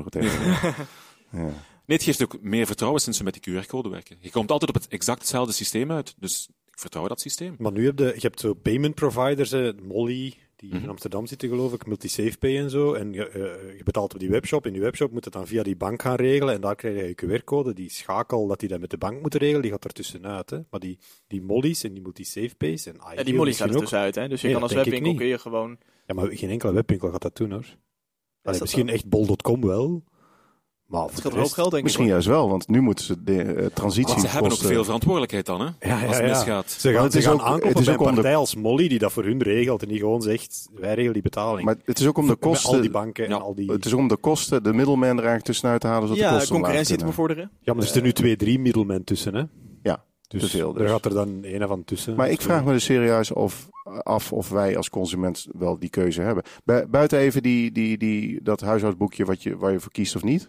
Ja. Nee, het geeft ook meer vertrouwen sinds we met die QR-code werken. Je komt altijd op het exact hetzelfde systeem uit. Dus ik vertrouw dat systeem. Maar nu je hebt zo payment providers, Molly, die in Amsterdam zitten geloof ik, MultiSafePay en zo. En je betaalt op die webshop. In die webshop moet het dan via die bank gaan regelen. En daar krijg je je QR-code. Die schakel dat die dat met de bank moeten regelen, die gaat er tussenuit. Hè. Maar die Molly's en die MultiSafePay's en IDEO die Molly's gaat er tussenuit. Hè? Dus je kan als webwinkel kun je gewoon... Ja, maar geen enkele webwinkel gaat dat doen hoor. Misschien echt bol.com wel. Maar het gaat er ook geld, denk ik. Misschien juist wel, want nu moeten ze de transitie... Want ze hebben ook veel verantwoordelijkheid dan, hè? Als het misgaat. Ze gaan aankopen bij een partij als Molly die dat voor hun regelt en die gewoon zegt, wij regelen die betaling. Maar het is ook om de kosten... al die banken en al die... Het is om de kosten, de middelman er eigenlijk tussenuit te halen, zodat de kosten concurrentie te bevorderen. Ja, maar er zitten nu 2-3 middelmen tussen, hè? Ja, dus te veel. Er gaat er dan een van tussen. Maar ik vraag me dus serieus af of wij als consument wel die keuze hebben. Buiten even dat huishoudboekje waar je voor kiest of niet.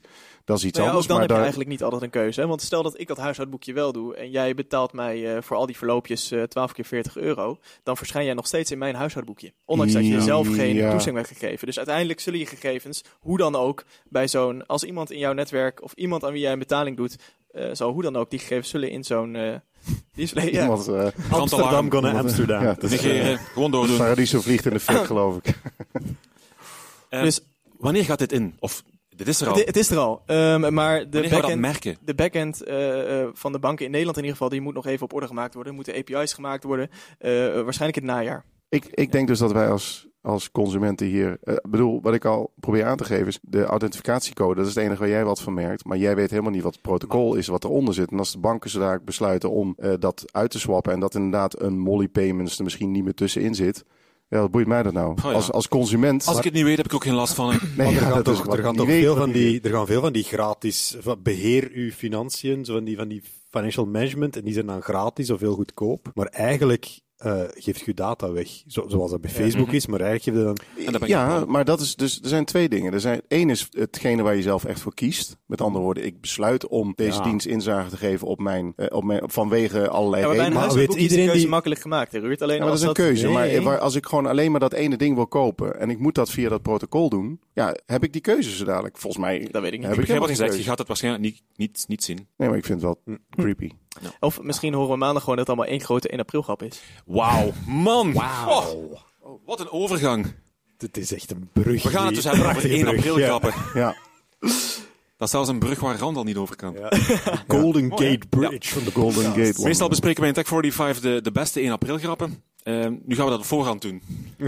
Dat is iets Maar ja, anders. ook dan maar heb je eigenlijk niet altijd een keuze. Hè? Want stel dat ik dat huishoudboekje wel doe en jij betaalt mij voor al die verloopjes 12 keer €40, dan verschijn jij nog steeds in mijn huishoudboekje. Ondanks dat je zelf geen toestemming hebt gegeven. Dus uiteindelijk zullen je gegevens, hoe dan ook, bij als iemand in jouw netwerk of iemand aan wie jij een betaling doet, zal hoe dan ook die gegevens zullen in zo'n display. Ja. Iemand, Amsterdam gonna Amsterdam. Ja, dat is, Negeren, gewoon doordoen. Paradiso vliegt in de fik, geloof ik. Dus wanneer gaat dit in? Of dit is er al? Het is er al. Maar Wanneer gaan we dat merken? de backend van de banken in Nederland in ieder geval, die moet nog even op orde gemaakt worden. Er moeten API's gemaakt worden. Waarschijnlijk in het najaar. Ik denk dus dat wij als consumenten hier... wat ik al probeer aan te geven is... de authentificatiecode, dat is het enige waar jij wat van merkt. Maar jij weet helemaal niet wat het protocol is, wat eronder zit. En als de banken zodanig besluiten om dat uit te swappen... en dat inderdaad een Molly Payments er misschien niet meer tussenin zit... Ja, wat boeit mij dat nou? Oh ja. Als consument... Als ik het niet weet, heb ik ook geen last van. Nee, er gaan dat is toch, wat er gaan ik toch niet weet veel wat van ik die, er gaan veel van die gratis, beheer uw financiën, zo van die financial management, en die zijn dan gratis of heel goedkoop. Maar eigenlijk geeft je data weg, zoals dat bij Facebook is, maar eigenlijk geef je dan... En daar ben ik Ja, van. maar dat is dus, er zijn twee dingen. Eén is hetgene waar je zelf echt voor kiest. Met andere woorden, ik besluit om deze dienst inzage te geven op mijn vanwege allerlei Ja, maar bij een redenen. huishoudboekje is de keuze die- makkelijk gemaakt, hè, Ruud. Alleen Ja, maar dat als is een keuze. Nee. Maar als ik gewoon alleen maar dat ene ding wil kopen en ik moet dat via dat protocol doen, ja, heb ik die keuze zo dadelijk? Volgens mij Dat weet ik niet. heb Ik begrijp helemaal wat je geen zegt, je keuze. gaat het waarschijnlijk niet zien. Nee, maar ik vind het wel creepy. Of misschien horen we maandag gewoon dat het allemaal één grote 1 april grap is. Wauw, man! Wauw. Oh, wat een overgang. Dit is echt een brug. We gaan het dus hebben over de 1 april grappen. Ja. Dat is zelfs een brug waar Randal niet over kan. Ja. Golden Gate Bridge van de Golden Gate. Meestal bespreken wij in Tech45 de beste 1 april grappen. Nu gaan we dat op voorhand doen.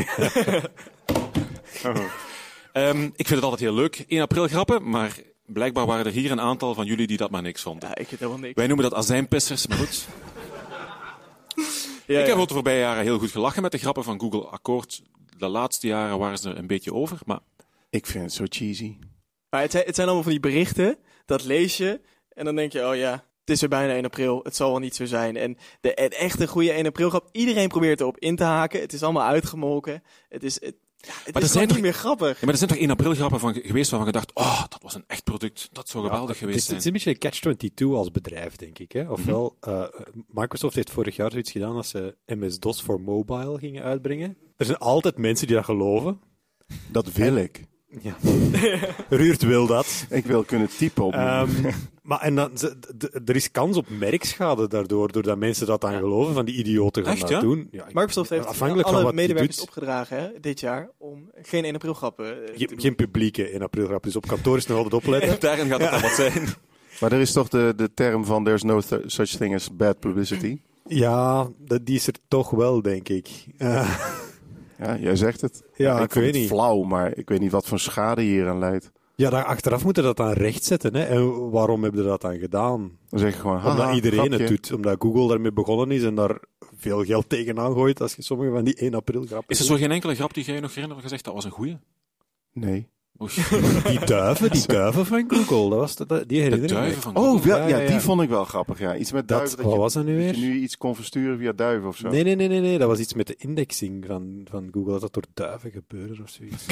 Ik vind het altijd heel leuk, 1 april grappen, maar blijkbaar waren er hier een aantal van jullie die dat maar niks vonden. Ja, ik vind helemaal niks. Wij noemen dat azijnpissers, maar goed. Ja, Ik heb ook de voorbije jaren heel goed gelachen met de grappen van Google Akkoord. De laatste jaren waren ze er een beetje over, maar... Ik vind het zo cheesy. Maar het zijn allemaal van die berichten, dat lees je en dan denk je, oh ja, het is weer bijna 1 april, het zal wel niet zo zijn. En de echte goede 1 april grap, iedereen probeert erop in te haken. Het is allemaal uitgemolken. Het is er zijn gewoon toch- niet meer grappig. Ja, maar er zijn toch 1 april grappen van geweest waarvan je dacht, oh, dat was een echt product. Dat zou geweldig geweest Het is zijn. een beetje een catch-22 als bedrijf, denk ik. Hè? Ofwel, Microsoft heeft vorig jaar zoiets gedaan als ze MS-DOS voor mobile gingen uitbrengen. Er zijn altijd mensen die dat geloven. Dat wil ik. Ja. Ruurt wil dat. Ik wil kunnen typen op. Maar en dan, er is kans op merkschade daardoor, doordat mensen dat dan geloven, van die idioten gaan Echt, dat ja? doen. Ja, Microsoft heeft afhankelijk van alle wat je medewerkers doet. opgedragen hè, dit jaar om geen 1 april grappen te doen. Geen publieke 1 april grap, dus op kantoor is nog altijd opletten. Daarin gaat het dan wat zijn. Maar er is toch de term van there's no such thing as bad publicity. Ja, die is er toch wel, denk ik. Ja, jij zegt het. Ja, ik ik vind weet het niet. flauw, maar ik weet niet wat voor schade hier aan leidt. Ja, daar achteraf moeten dat dan rechtzetten. Hè? En waarom hebben ze dat dan gedaan? Dan zeg je gewoon, haha, Omdat iedereen grapje. het doet. Omdat Google daarmee begonnen is en daar veel geld tegenaan gooit als je sommige van die 1 april grappen Is er zo geen enkele grap die jij nog herinnert gezegd dat was een goeie? Nee. Oei. Die duiven van Google, die herinner ik me. duiven van Oh, Google. ja, die vond ik wel grappig. Ja. Iets met duiven. Wat was dat nu dat je weer? nu iets kon versturen via duiven of zo. Nee, dat was iets met de indexing van Google, dat door duiven gebeurde of zoiets.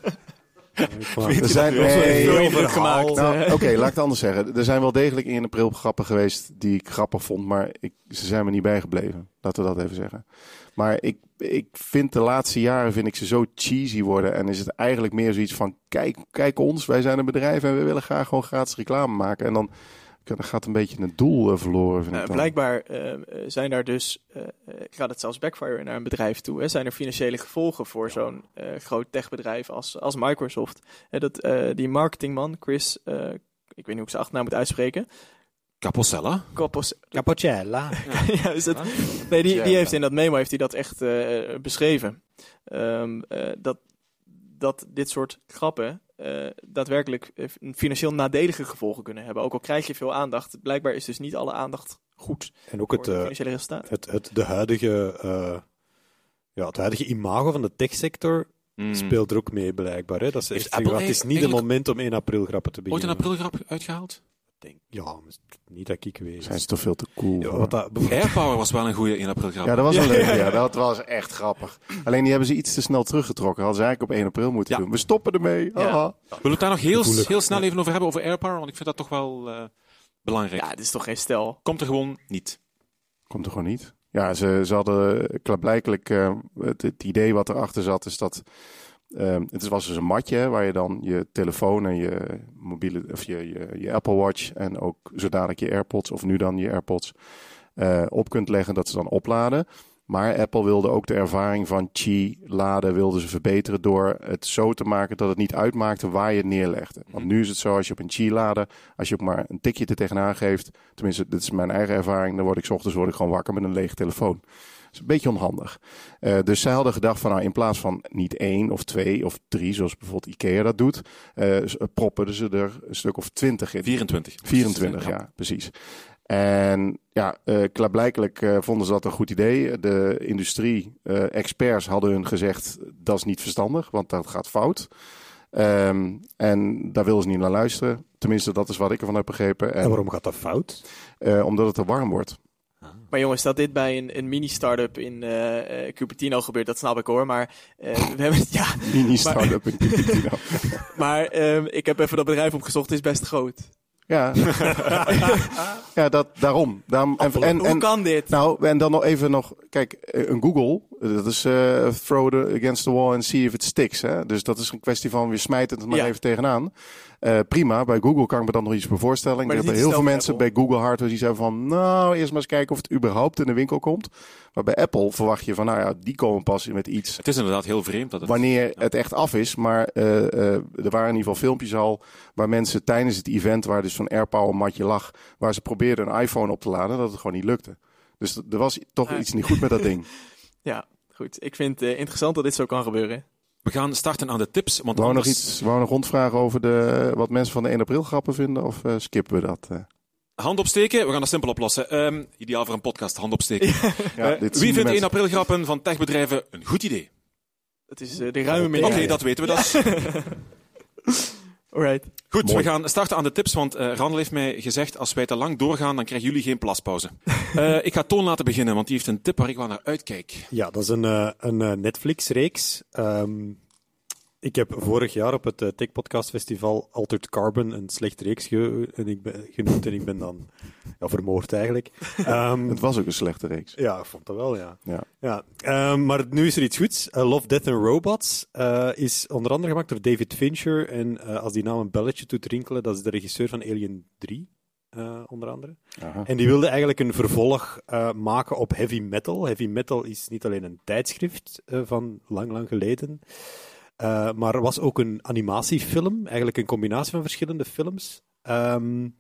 Er zijn heel heel gemaakt. Nou, Oké, laat ik het anders zeggen. Er zijn wel degelijk 1 april grappen geweest die ik grappig vond, maar ze zijn me niet bijgebleven. Laten we dat even zeggen. Maar ik vind de laatste jaren vind ik ze zo cheesy worden en is het eigenlijk meer zoiets van kijk ons, wij zijn een bedrijf en we willen graag gewoon gratis reclame maken. En dan gaat een beetje het doel verloren, vind ik dan. Blijkbaar zijn daar dus, gaat het zelfs backfire naar een bedrijf toe. Hè? Zijn er financiële gevolgen voor zo'n groot techbedrijf als Microsoft? Die marketingman, Chris, ik weet niet hoe ik zijn achternaam moet uitspreken. Capocella? Capocella. Ja, is het? Nee, die heeft in dat memo heeft hij dat echt beschreven. Dat dit soort grappen daadwerkelijk financieel nadelige gevolgen kunnen hebben. Ook al krijg je veel aandacht, blijkbaar is dus niet alle aandacht goed En ook voor de financiële resultaten. het huidige imago van de techsector speelt er ook mee, blijkbaar. Hè? Dat is Heeft echt, Apple het is niet het eigenlijk moment om 1 april grappen te Ooit een beginnen. aprilgrap uitgehaald? Ja, niet dat ik weet. Zijn ze toch veel te cool? Ja, voor. wat dat, Airpower was wel een goede 1 april grap. Ja, dat was een leuke. Ja, dat was echt grappig. Alleen die hebben ze iets te snel teruggetrokken. Hadden ze eigenlijk op 1 april moeten doen. We stoppen ermee. Ja. Haha. Willen we het daar nog heel snel even over hebben, over Airpower? Want ik vind dat toch wel belangrijk. Ja, dit is toch geen stel. Komt er gewoon niet. Komt er gewoon niet. Ja, ze hadden klaarblijkelijk het idee wat erachter zat is dat het was dus een matje waar je dan je telefoon en je mobiele of je Apple Watch en ook zo dadelijk je AirPods of nu dan je AirPods op kunt leggen dat ze dan opladen. Maar Apple wilde ook de ervaring van Qi laden wilden ze verbeteren door het zo te maken dat het niet uitmaakte waar je het neerlegde. Want nu is het zo als je op een Qi laden, als je ook maar een tikje er tegenaan geeft, tenminste dit is mijn eigen ervaring, dan word ik 's ochtends gewoon wakker met een lege telefoon. Dat is een beetje onhandig. Dus zij hadden gedacht van in plaats van niet 1 of 2 of 3, zoals bijvoorbeeld Ikea dat doet, proppen ze er een stuk of 20 in. 24, ja, precies. En ja, klaarblijkelijk vonden ze dat een goed idee. De industrie-experts hadden hun gezegd, dat is niet verstandig, want dat gaat fout. En daar wilden ze niet naar luisteren. Tenminste, dat is wat ik ervan heb begrepen. En waarom gaat dat fout? Omdat het te warm wordt. Maar jongens, dat dit bij een mini-startup in Cupertino gebeurt, dat snap ik hoor. Maar we hebben Mini-startup in Cupertino. Maar ik heb even dat bedrijf opgezocht, het is best groot. Ja, ja daarom. Hoe kan dit? Nou, en dan nog even kijk, een Google, dat is throw it against the wall and see if it sticks. Hè? Dus dat is een kwestie van weer smijten het er maar even tegenaan. Prima, bij Google kan ik me dan nog iets voor voorstellen. Ik denk dat er heel veel mensen bij Google hardware die zeggen van, nou, eerst maar eens kijken of het überhaupt in de winkel komt. Maar bij Apple verwacht je van, nou ja, die komen pas met iets. Het is inderdaad heel vreemd dat het... Wanneer het echt af is, maar er waren in ieder geval filmpjes al waar mensen tijdens het event, waar dus zo'n AirPower matje lag, waar ze probeerden een iPhone op te laden, dat het gewoon niet lukte. Dus er was toch iets niet goed met dat ding. Ja, goed. Ik vind het interessant dat dit zo kan gebeuren. We gaan starten aan de tips. Want wou nog rondvragen over wat mensen van de 1 april grappen vinden? Of skippen we dat? Hand opsteken, we gaan dat simpel oplossen. Ideaal voor een podcast, hand opsteken. Ja, wie vindt 1 april grappen van techbedrijven een goed idee? Het is de ruime mening. Oké, dat weten we dus. Alright. Goed, Mooi. we gaan starten aan de tips, want Randel heeft mij gezegd, als wij te lang doorgaan, dan krijgen jullie geen plaspauze. Ik ga Toon laten beginnen, want die heeft een tip waar ik wel naar uitkijk. Ja, dat is een Netflix-reeks. Ik heb vorig jaar op het Tech Podcast Festival Altered Carbon een slechte reeks genoemd en ik ben dan vermoord eigenlijk. Het was ook een slechte reeks. Ja, ik vond dat wel, ja. Maar nu is er iets goeds. Love, Death and Robots is onder andere gemaakt door David Fincher. En als die naam een belletje doet rinkelen, dat is de regisseur van Alien 3. Onder andere. Aha. En die wilde eigenlijk een vervolg maken op Heavy Metal. Heavy Metal is niet alleen een tijdschrift van lang geleden, maar was ook een animatiefilm, eigenlijk een combinatie van verschillende films. En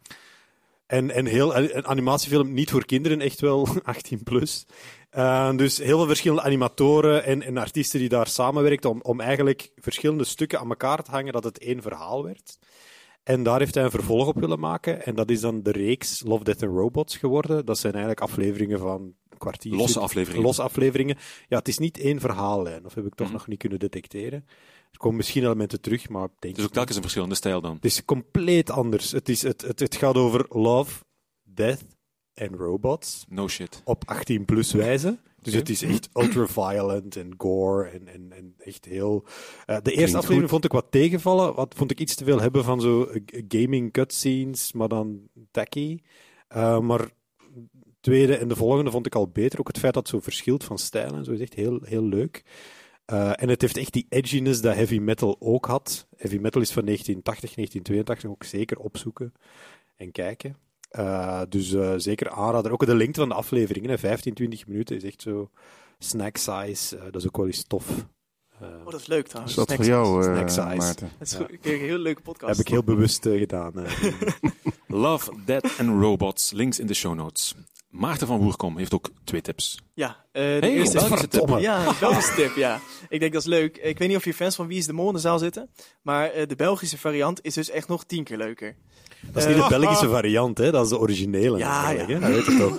een animatiefilm niet voor kinderen, echt wel 18 plus. Dus heel veel verschillende animatoren en artiesten die daar samenwerkten om eigenlijk verschillende stukken aan elkaar te hangen, dat het één verhaal werd. En daar heeft hij een vervolg op willen maken. En dat is dan de reeks Love, Death and Robots geworden. Dat zijn eigenlijk afleveringen van een kwartier. Losse afleveringen. Ja, het is niet één verhaallijn. Of heb ik toch nog niet kunnen detecteren. Er komen misschien elementen terug, maar ik denk... Het is ook telkens een verschillende stijl dan? Het is compleet anders. Het gaat over love, death en robots. No shit. Op 18 plus wijze. Dus het is echt ultra-violent en gore en echt heel... de eerste aflevering vond ik wat tegenvallen. Vond ik iets te veel hebben van zo gaming cutscenes, maar dan tacky. Maar de tweede en de volgende vond ik al beter. Ook het feit dat het zo verschilt van stijl en zo is echt heel, heel leuk. En het heeft echt die edginess dat heavy metal ook had. Heavy metal is van 1980, 1982, ook zeker opzoeken en kijken. Dus zeker aanrader. Ook de lengte van de afleveringen, 15, 20 minuten, is echt zo snack size. Dat is ook wel eens tof. Dat is leuk trouwens. Is dat voor jou, Maarten? Dat is goed. Ik kreeg een hele leuke podcast. Heb ik heel bewust gedaan. Love, Death and Robots. Links in de show notes. Maarten van Woerkom heeft ook 2 tips. Ja, de eerste is Belgische tip. Ja, Belgische tip, ja. Ik denk dat is leuk. Ik weet niet of je fans van Wie is de Mol in de zaal zitten, maar de Belgische variant is dus echt nog 10 keer leuker. Dat is niet de Belgische variant, hè? Dat is de originele. Ja. Hè? Dat weet je toch.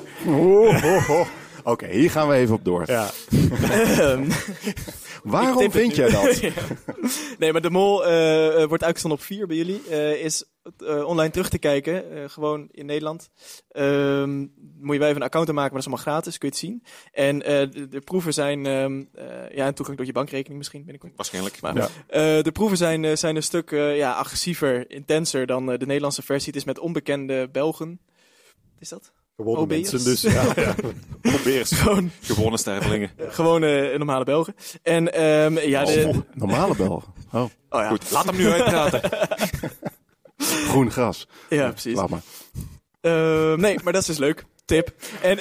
Oké, hier gaan we even op door. Ja. Waarom vind jij dat? Nee, maar de Mol wordt uitgezonden op 4 bij jullie. Is online terug te kijken. Gewoon in Nederland. Moet je wel even een account aanmaken, maar dat is allemaal gratis. Kun je het zien. En de proeven zijn... en toegang tot je bankrekening misschien binnenkort. Waarschijnlijk. Maar, de proeven zijn een stuk agressiever, intenser dan de Nederlandse versie. Het is met onbekende Belgen. Wat is dat? Gewone mensen dus. OB'ers. Gewone stervelingen. Gewone normale Belgen. En normale Belgen. Oh. Ja. Goed, laat hem nu uitpraten. Groen gras. Ja, precies. Laat maar. Nee, maar dat is dus leuk. Tip. En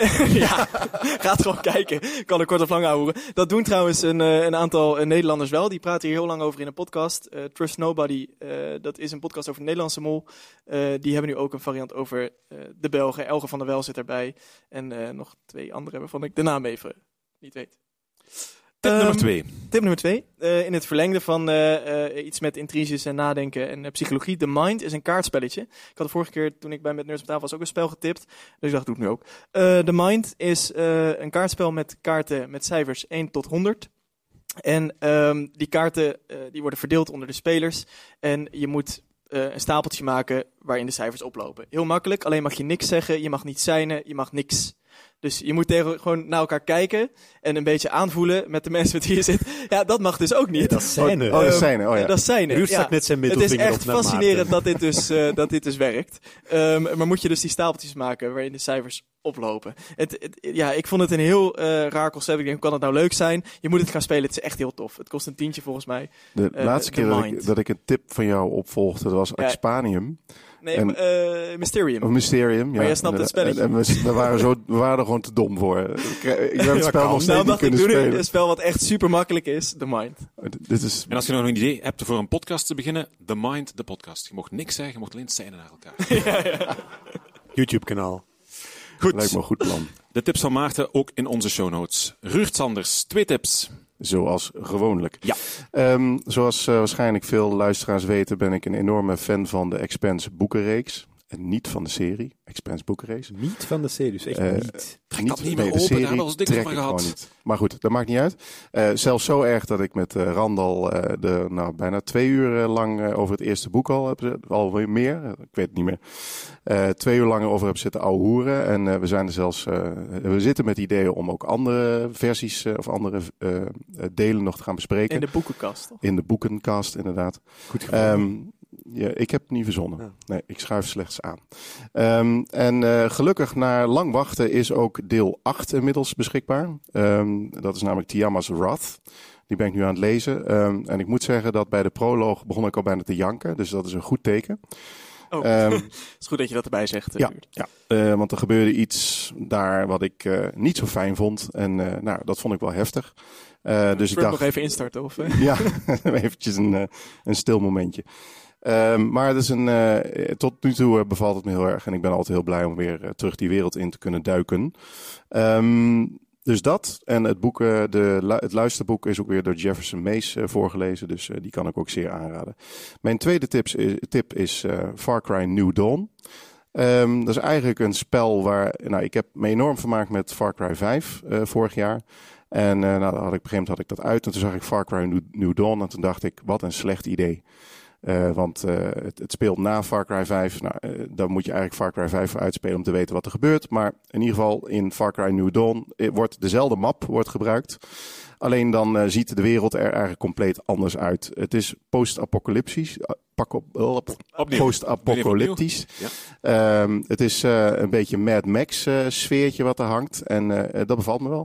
ga het gewoon kijken. Kan er kort of lang houden. Dat doen trouwens een aantal Nederlanders wel. Die praten hier heel lang over in een podcast. Trust Nobody. Dat is een podcast over de Nederlandse mol. Die hebben nu ook een variant over de Belgen. Elge van der Wel zit erbij. En nog 2 andere waarvan ik de naam even niet weet. Tip nummer 2. Tip nummer 2. In het verlengde van iets met intriges en nadenken en psychologie. The Mind is een kaartspelletje. Ik had de vorige keer, toen ik bij Met Nerds op tafel was, ook een spel getipt. Dus ik dacht, doe het nu ook. The Mind is een kaartspel met kaarten met cijfers 1 tot 100. En die kaarten die worden verdeeld onder de spelers. En je moet een stapeltje maken waarin de cijfers oplopen. Heel makkelijk, alleen mag je niks zeggen. Je mag niet seinen, je mag niks. Dus je moet gewoon naar elkaar kijken en een beetje aanvoelen met de mensen met wie je zit. Ja, dat mag dus ook niet. Ja, dat is seinen. Dat is seinen. Oh ja. Dat is seinen. Ruud stak net zijn middelvinger op. Het is echt fascinerend dat dit dus werkt. Maar moet je dus die stapeltjes maken waarin de cijfers oplopen. Ik vond het een heel raar concept. Ik denk, hoe kan het nou leuk zijn? Je moet het gaan spelen. Het is echt heel tof. Het kost een tientje volgens mij. De laatste keer dat ik een tip van jou opvolgde, dat was Expanium. Nee, Mysterium. Of Mysterium, ja. Maar jij snapt het spelletje. En we waren er gewoon te dom voor. Ik heb het spel nog steeds niet kunnen spelen. Een spel wat echt super makkelijk is, The Mind. En als je nog een idee hebt voor een podcast te beginnen, The Mind, de podcast. Je mocht niks zeggen, je mocht alleen seinen naar elkaar. YouTube-kanaal. Goed. Lijkt me een goed plan. De tips van Maarten ook in onze show notes. Ruurt Sanders, 2 tips. Zoals gewoonlijk. Ja. Zoals waarschijnlijk veel luisteraars weten, ben ik een enorme fan van de Expanse boekenreeks. En niet van de serie, Expanse boekenreeks. Niet van de serie, dus echt niet. Trek dat niet meer open, daar hebben we ons dik over gehad. Maar goed, dat maakt niet uit. Zelfs zo erg dat ik met Randal bijna 2 uur lang over het eerste boek alweer meer, ik weet het niet meer, 2 uur lang over heb zitten ouwehoeren. En we zijn er zelfs, we zitten met ideeën om ook andere versies of andere delen nog te gaan bespreken. In de boekenkast, toch? In de boekenkast, inderdaad. Goed gevonden. Ja, ik heb het niet verzonnen. Ja. Nee, ik schuif slechts aan. Gelukkig na lang wachten is ook deel 8 inmiddels beschikbaar. Dat is namelijk Tiamat's Wrath. Die ben ik nu aan het lezen. En ik moet zeggen dat bij de proloog begon ik al bijna te janken. Dus dat is een goed teken. Het is goed dat je dat erbij zegt. Want er gebeurde iets daar wat ik niet zo fijn vond. En dat vond ik wel heftig. Dus ik dacht nog even instarten? Of? Ja, eventjes een stil momentje. Maar het is tot nu toe bevalt het me heel erg. En ik ben altijd heel blij om weer terug die wereld in te kunnen duiken. Dus dat. En het boek, het luisterboek is ook weer door Jefferson Mace voorgelezen. Dus die kan ik ook zeer aanraden. Mijn tweede tip is Far Cry New Dawn. Dat is eigenlijk een spel waar... ik heb me enorm vermaakt met Far Cry 5 vorig jaar. En op een gegeven moment had ik dat uit. En toen zag ik Far Cry New Dawn. En toen dacht ik, wat een slecht idee. Want het speelt na Far Cry 5. Dan moet je eigenlijk Far Cry 5 voor uitspelen om te weten wat er gebeurt. Maar in ieder geval in Far Cry New Dawn wordt dezelfde map gebruikt. Alleen dan ziet de wereld er eigenlijk compleet anders uit. Het is post-apocalyptisch. Post-apocalyptisch. Ja. Het is een beetje Mad Max sfeertje wat er hangt. En dat bevalt me wel.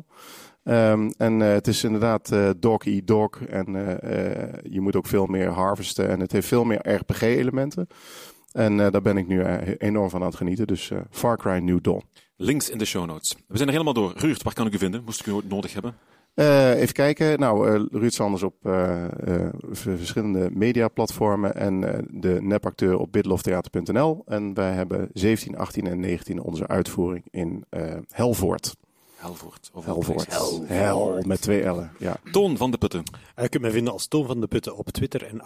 Het is inderdaad dog eat dog. En je moet ook veel meer harvesten. En het heeft veel meer RPG-elementen. En daar ben ik nu enorm van aan het genieten. Dus Far Cry New Dawn. Links in de show notes. We zijn er helemaal door. Ruurt, waar kan ik u vinden? Moest ik u nodig hebben? Even kijken. Ruud Sanders op verschillende mediaplatformen. En de nepacteur op bitloftheater.nl. En wij hebben 17, 18 en 19 onze uitvoering in Helvoort. Helvoort. Hel met 2 L'en. Ja. Toon van de Putten. Je kunt mij vinden als Toon van de Putten op Twitter en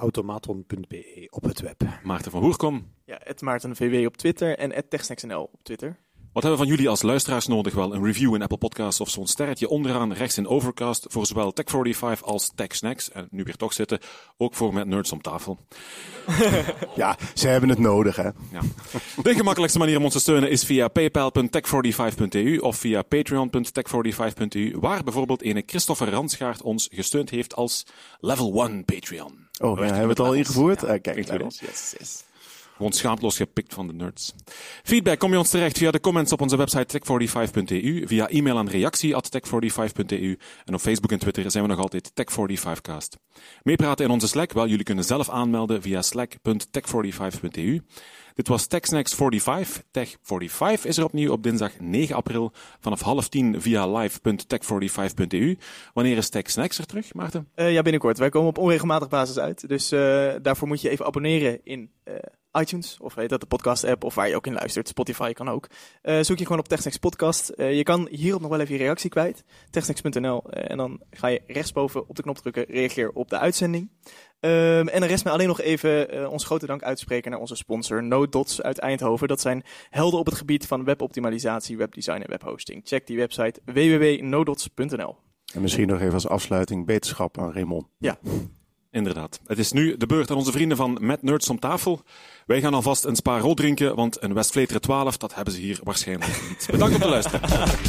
automaton.be op het web. Maarten van Hoerkom. Ja, @MaartenVW op Twitter en @techsnacksnl op Twitter. Wat hebben we van jullie als luisteraars nodig? Wel, een review in Apple Podcasts of zo'n sterretje onderaan rechts in Overcast voor zowel Tech45 als TechSnacks. En nu weer toch zitten, ook voor Met Nerds om tafel. Ja, ze hebben het nodig, hè. Ja. De gemakkelijkste manier om ons te steunen is via paypal.tech45.eu of via patreon.tech45.eu, waar bijvoorbeeld ene Christopher Ransgaard ons gesteund heeft als Level 1 Patreon. Oh, ja, hebben we het al ingevoerd? Ja, Kijk, levels. yes. Gewoon schaamteloos gepikt van de nerds. Feedback kom je ons terecht via de comments op onze website tech45.eu, via e-mail aan reactie@tech45.eu en op Facebook en Twitter zijn we nog altijd Tech45cast. Meepraten in onze Slack? Wel, jullie kunnen zelf aanmelden via slack.tech45.eu. Dit was TechSnacks 45. Tech45 is er opnieuw op dinsdag 9 april vanaf 9:30 via live.tech45.eu. Wanneer is TechSnacks er terug, Maarten? Ja, binnenkort. Wij komen op onregelmatig basis uit. Dus daarvoor moet je even abonneren in iTunes, of heet dat de podcast-app, of waar je ook in luistert. Spotify kan ook. Zoek je gewoon op TechSnacks podcast. Je kan hierop nog wel even je reactie kwijt. techsnacks.nl en dan ga je rechtsboven op de knop drukken, reageer op de uitzending. En dan rest mij alleen nog even ons grote dank uitspreken naar onze sponsor NoDots uit Eindhoven. Dat zijn helden op het gebied van weboptimalisatie, webdesign en webhosting. Check die website www.nodots.nl. En misschien nog even als afsluiting beterschap aan Raymond. Ja. Inderdaad. Het is nu de beurt aan onze vrienden van Met Nerds om tafel. Wij gaan alvast een Spa Rood drinken, want een Westvleteren 12, dat hebben ze hier waarschijnlijk niet. Bedankt om te luisteren.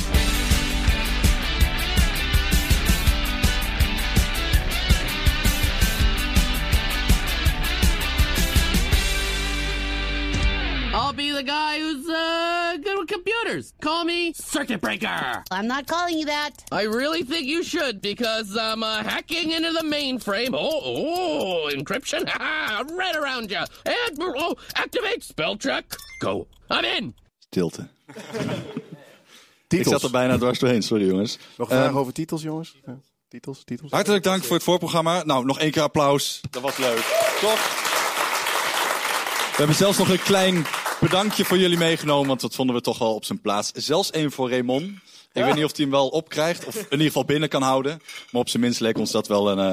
I'll be the guy who's good with computers. Call me Circuit Breaker. I'm not calling you that. I really think you should because I'm hacking into the mainframe. Oh, encryption. Right around you. And activate spell check. Go. I'm in. Stilte. Titels. Ik zat er bijna dwars doorheen, sorry jongens. Nog vragen over titels, jongens? Titels? Hartelijk dank voor het voorprogramma. Nou, nog 1 keer applaus. Dat was leuk. Toch? We hebben zelfs nog een klein bedankje voor jullie meegenomen, want dat vonden we toch wel op zijn plaats. Zelfs één voor Raymond. Ik weet niet of hij hem wel opkrijgt, of in ieder geval binnen kan houden. Maar op zijn minst leek ons dat wel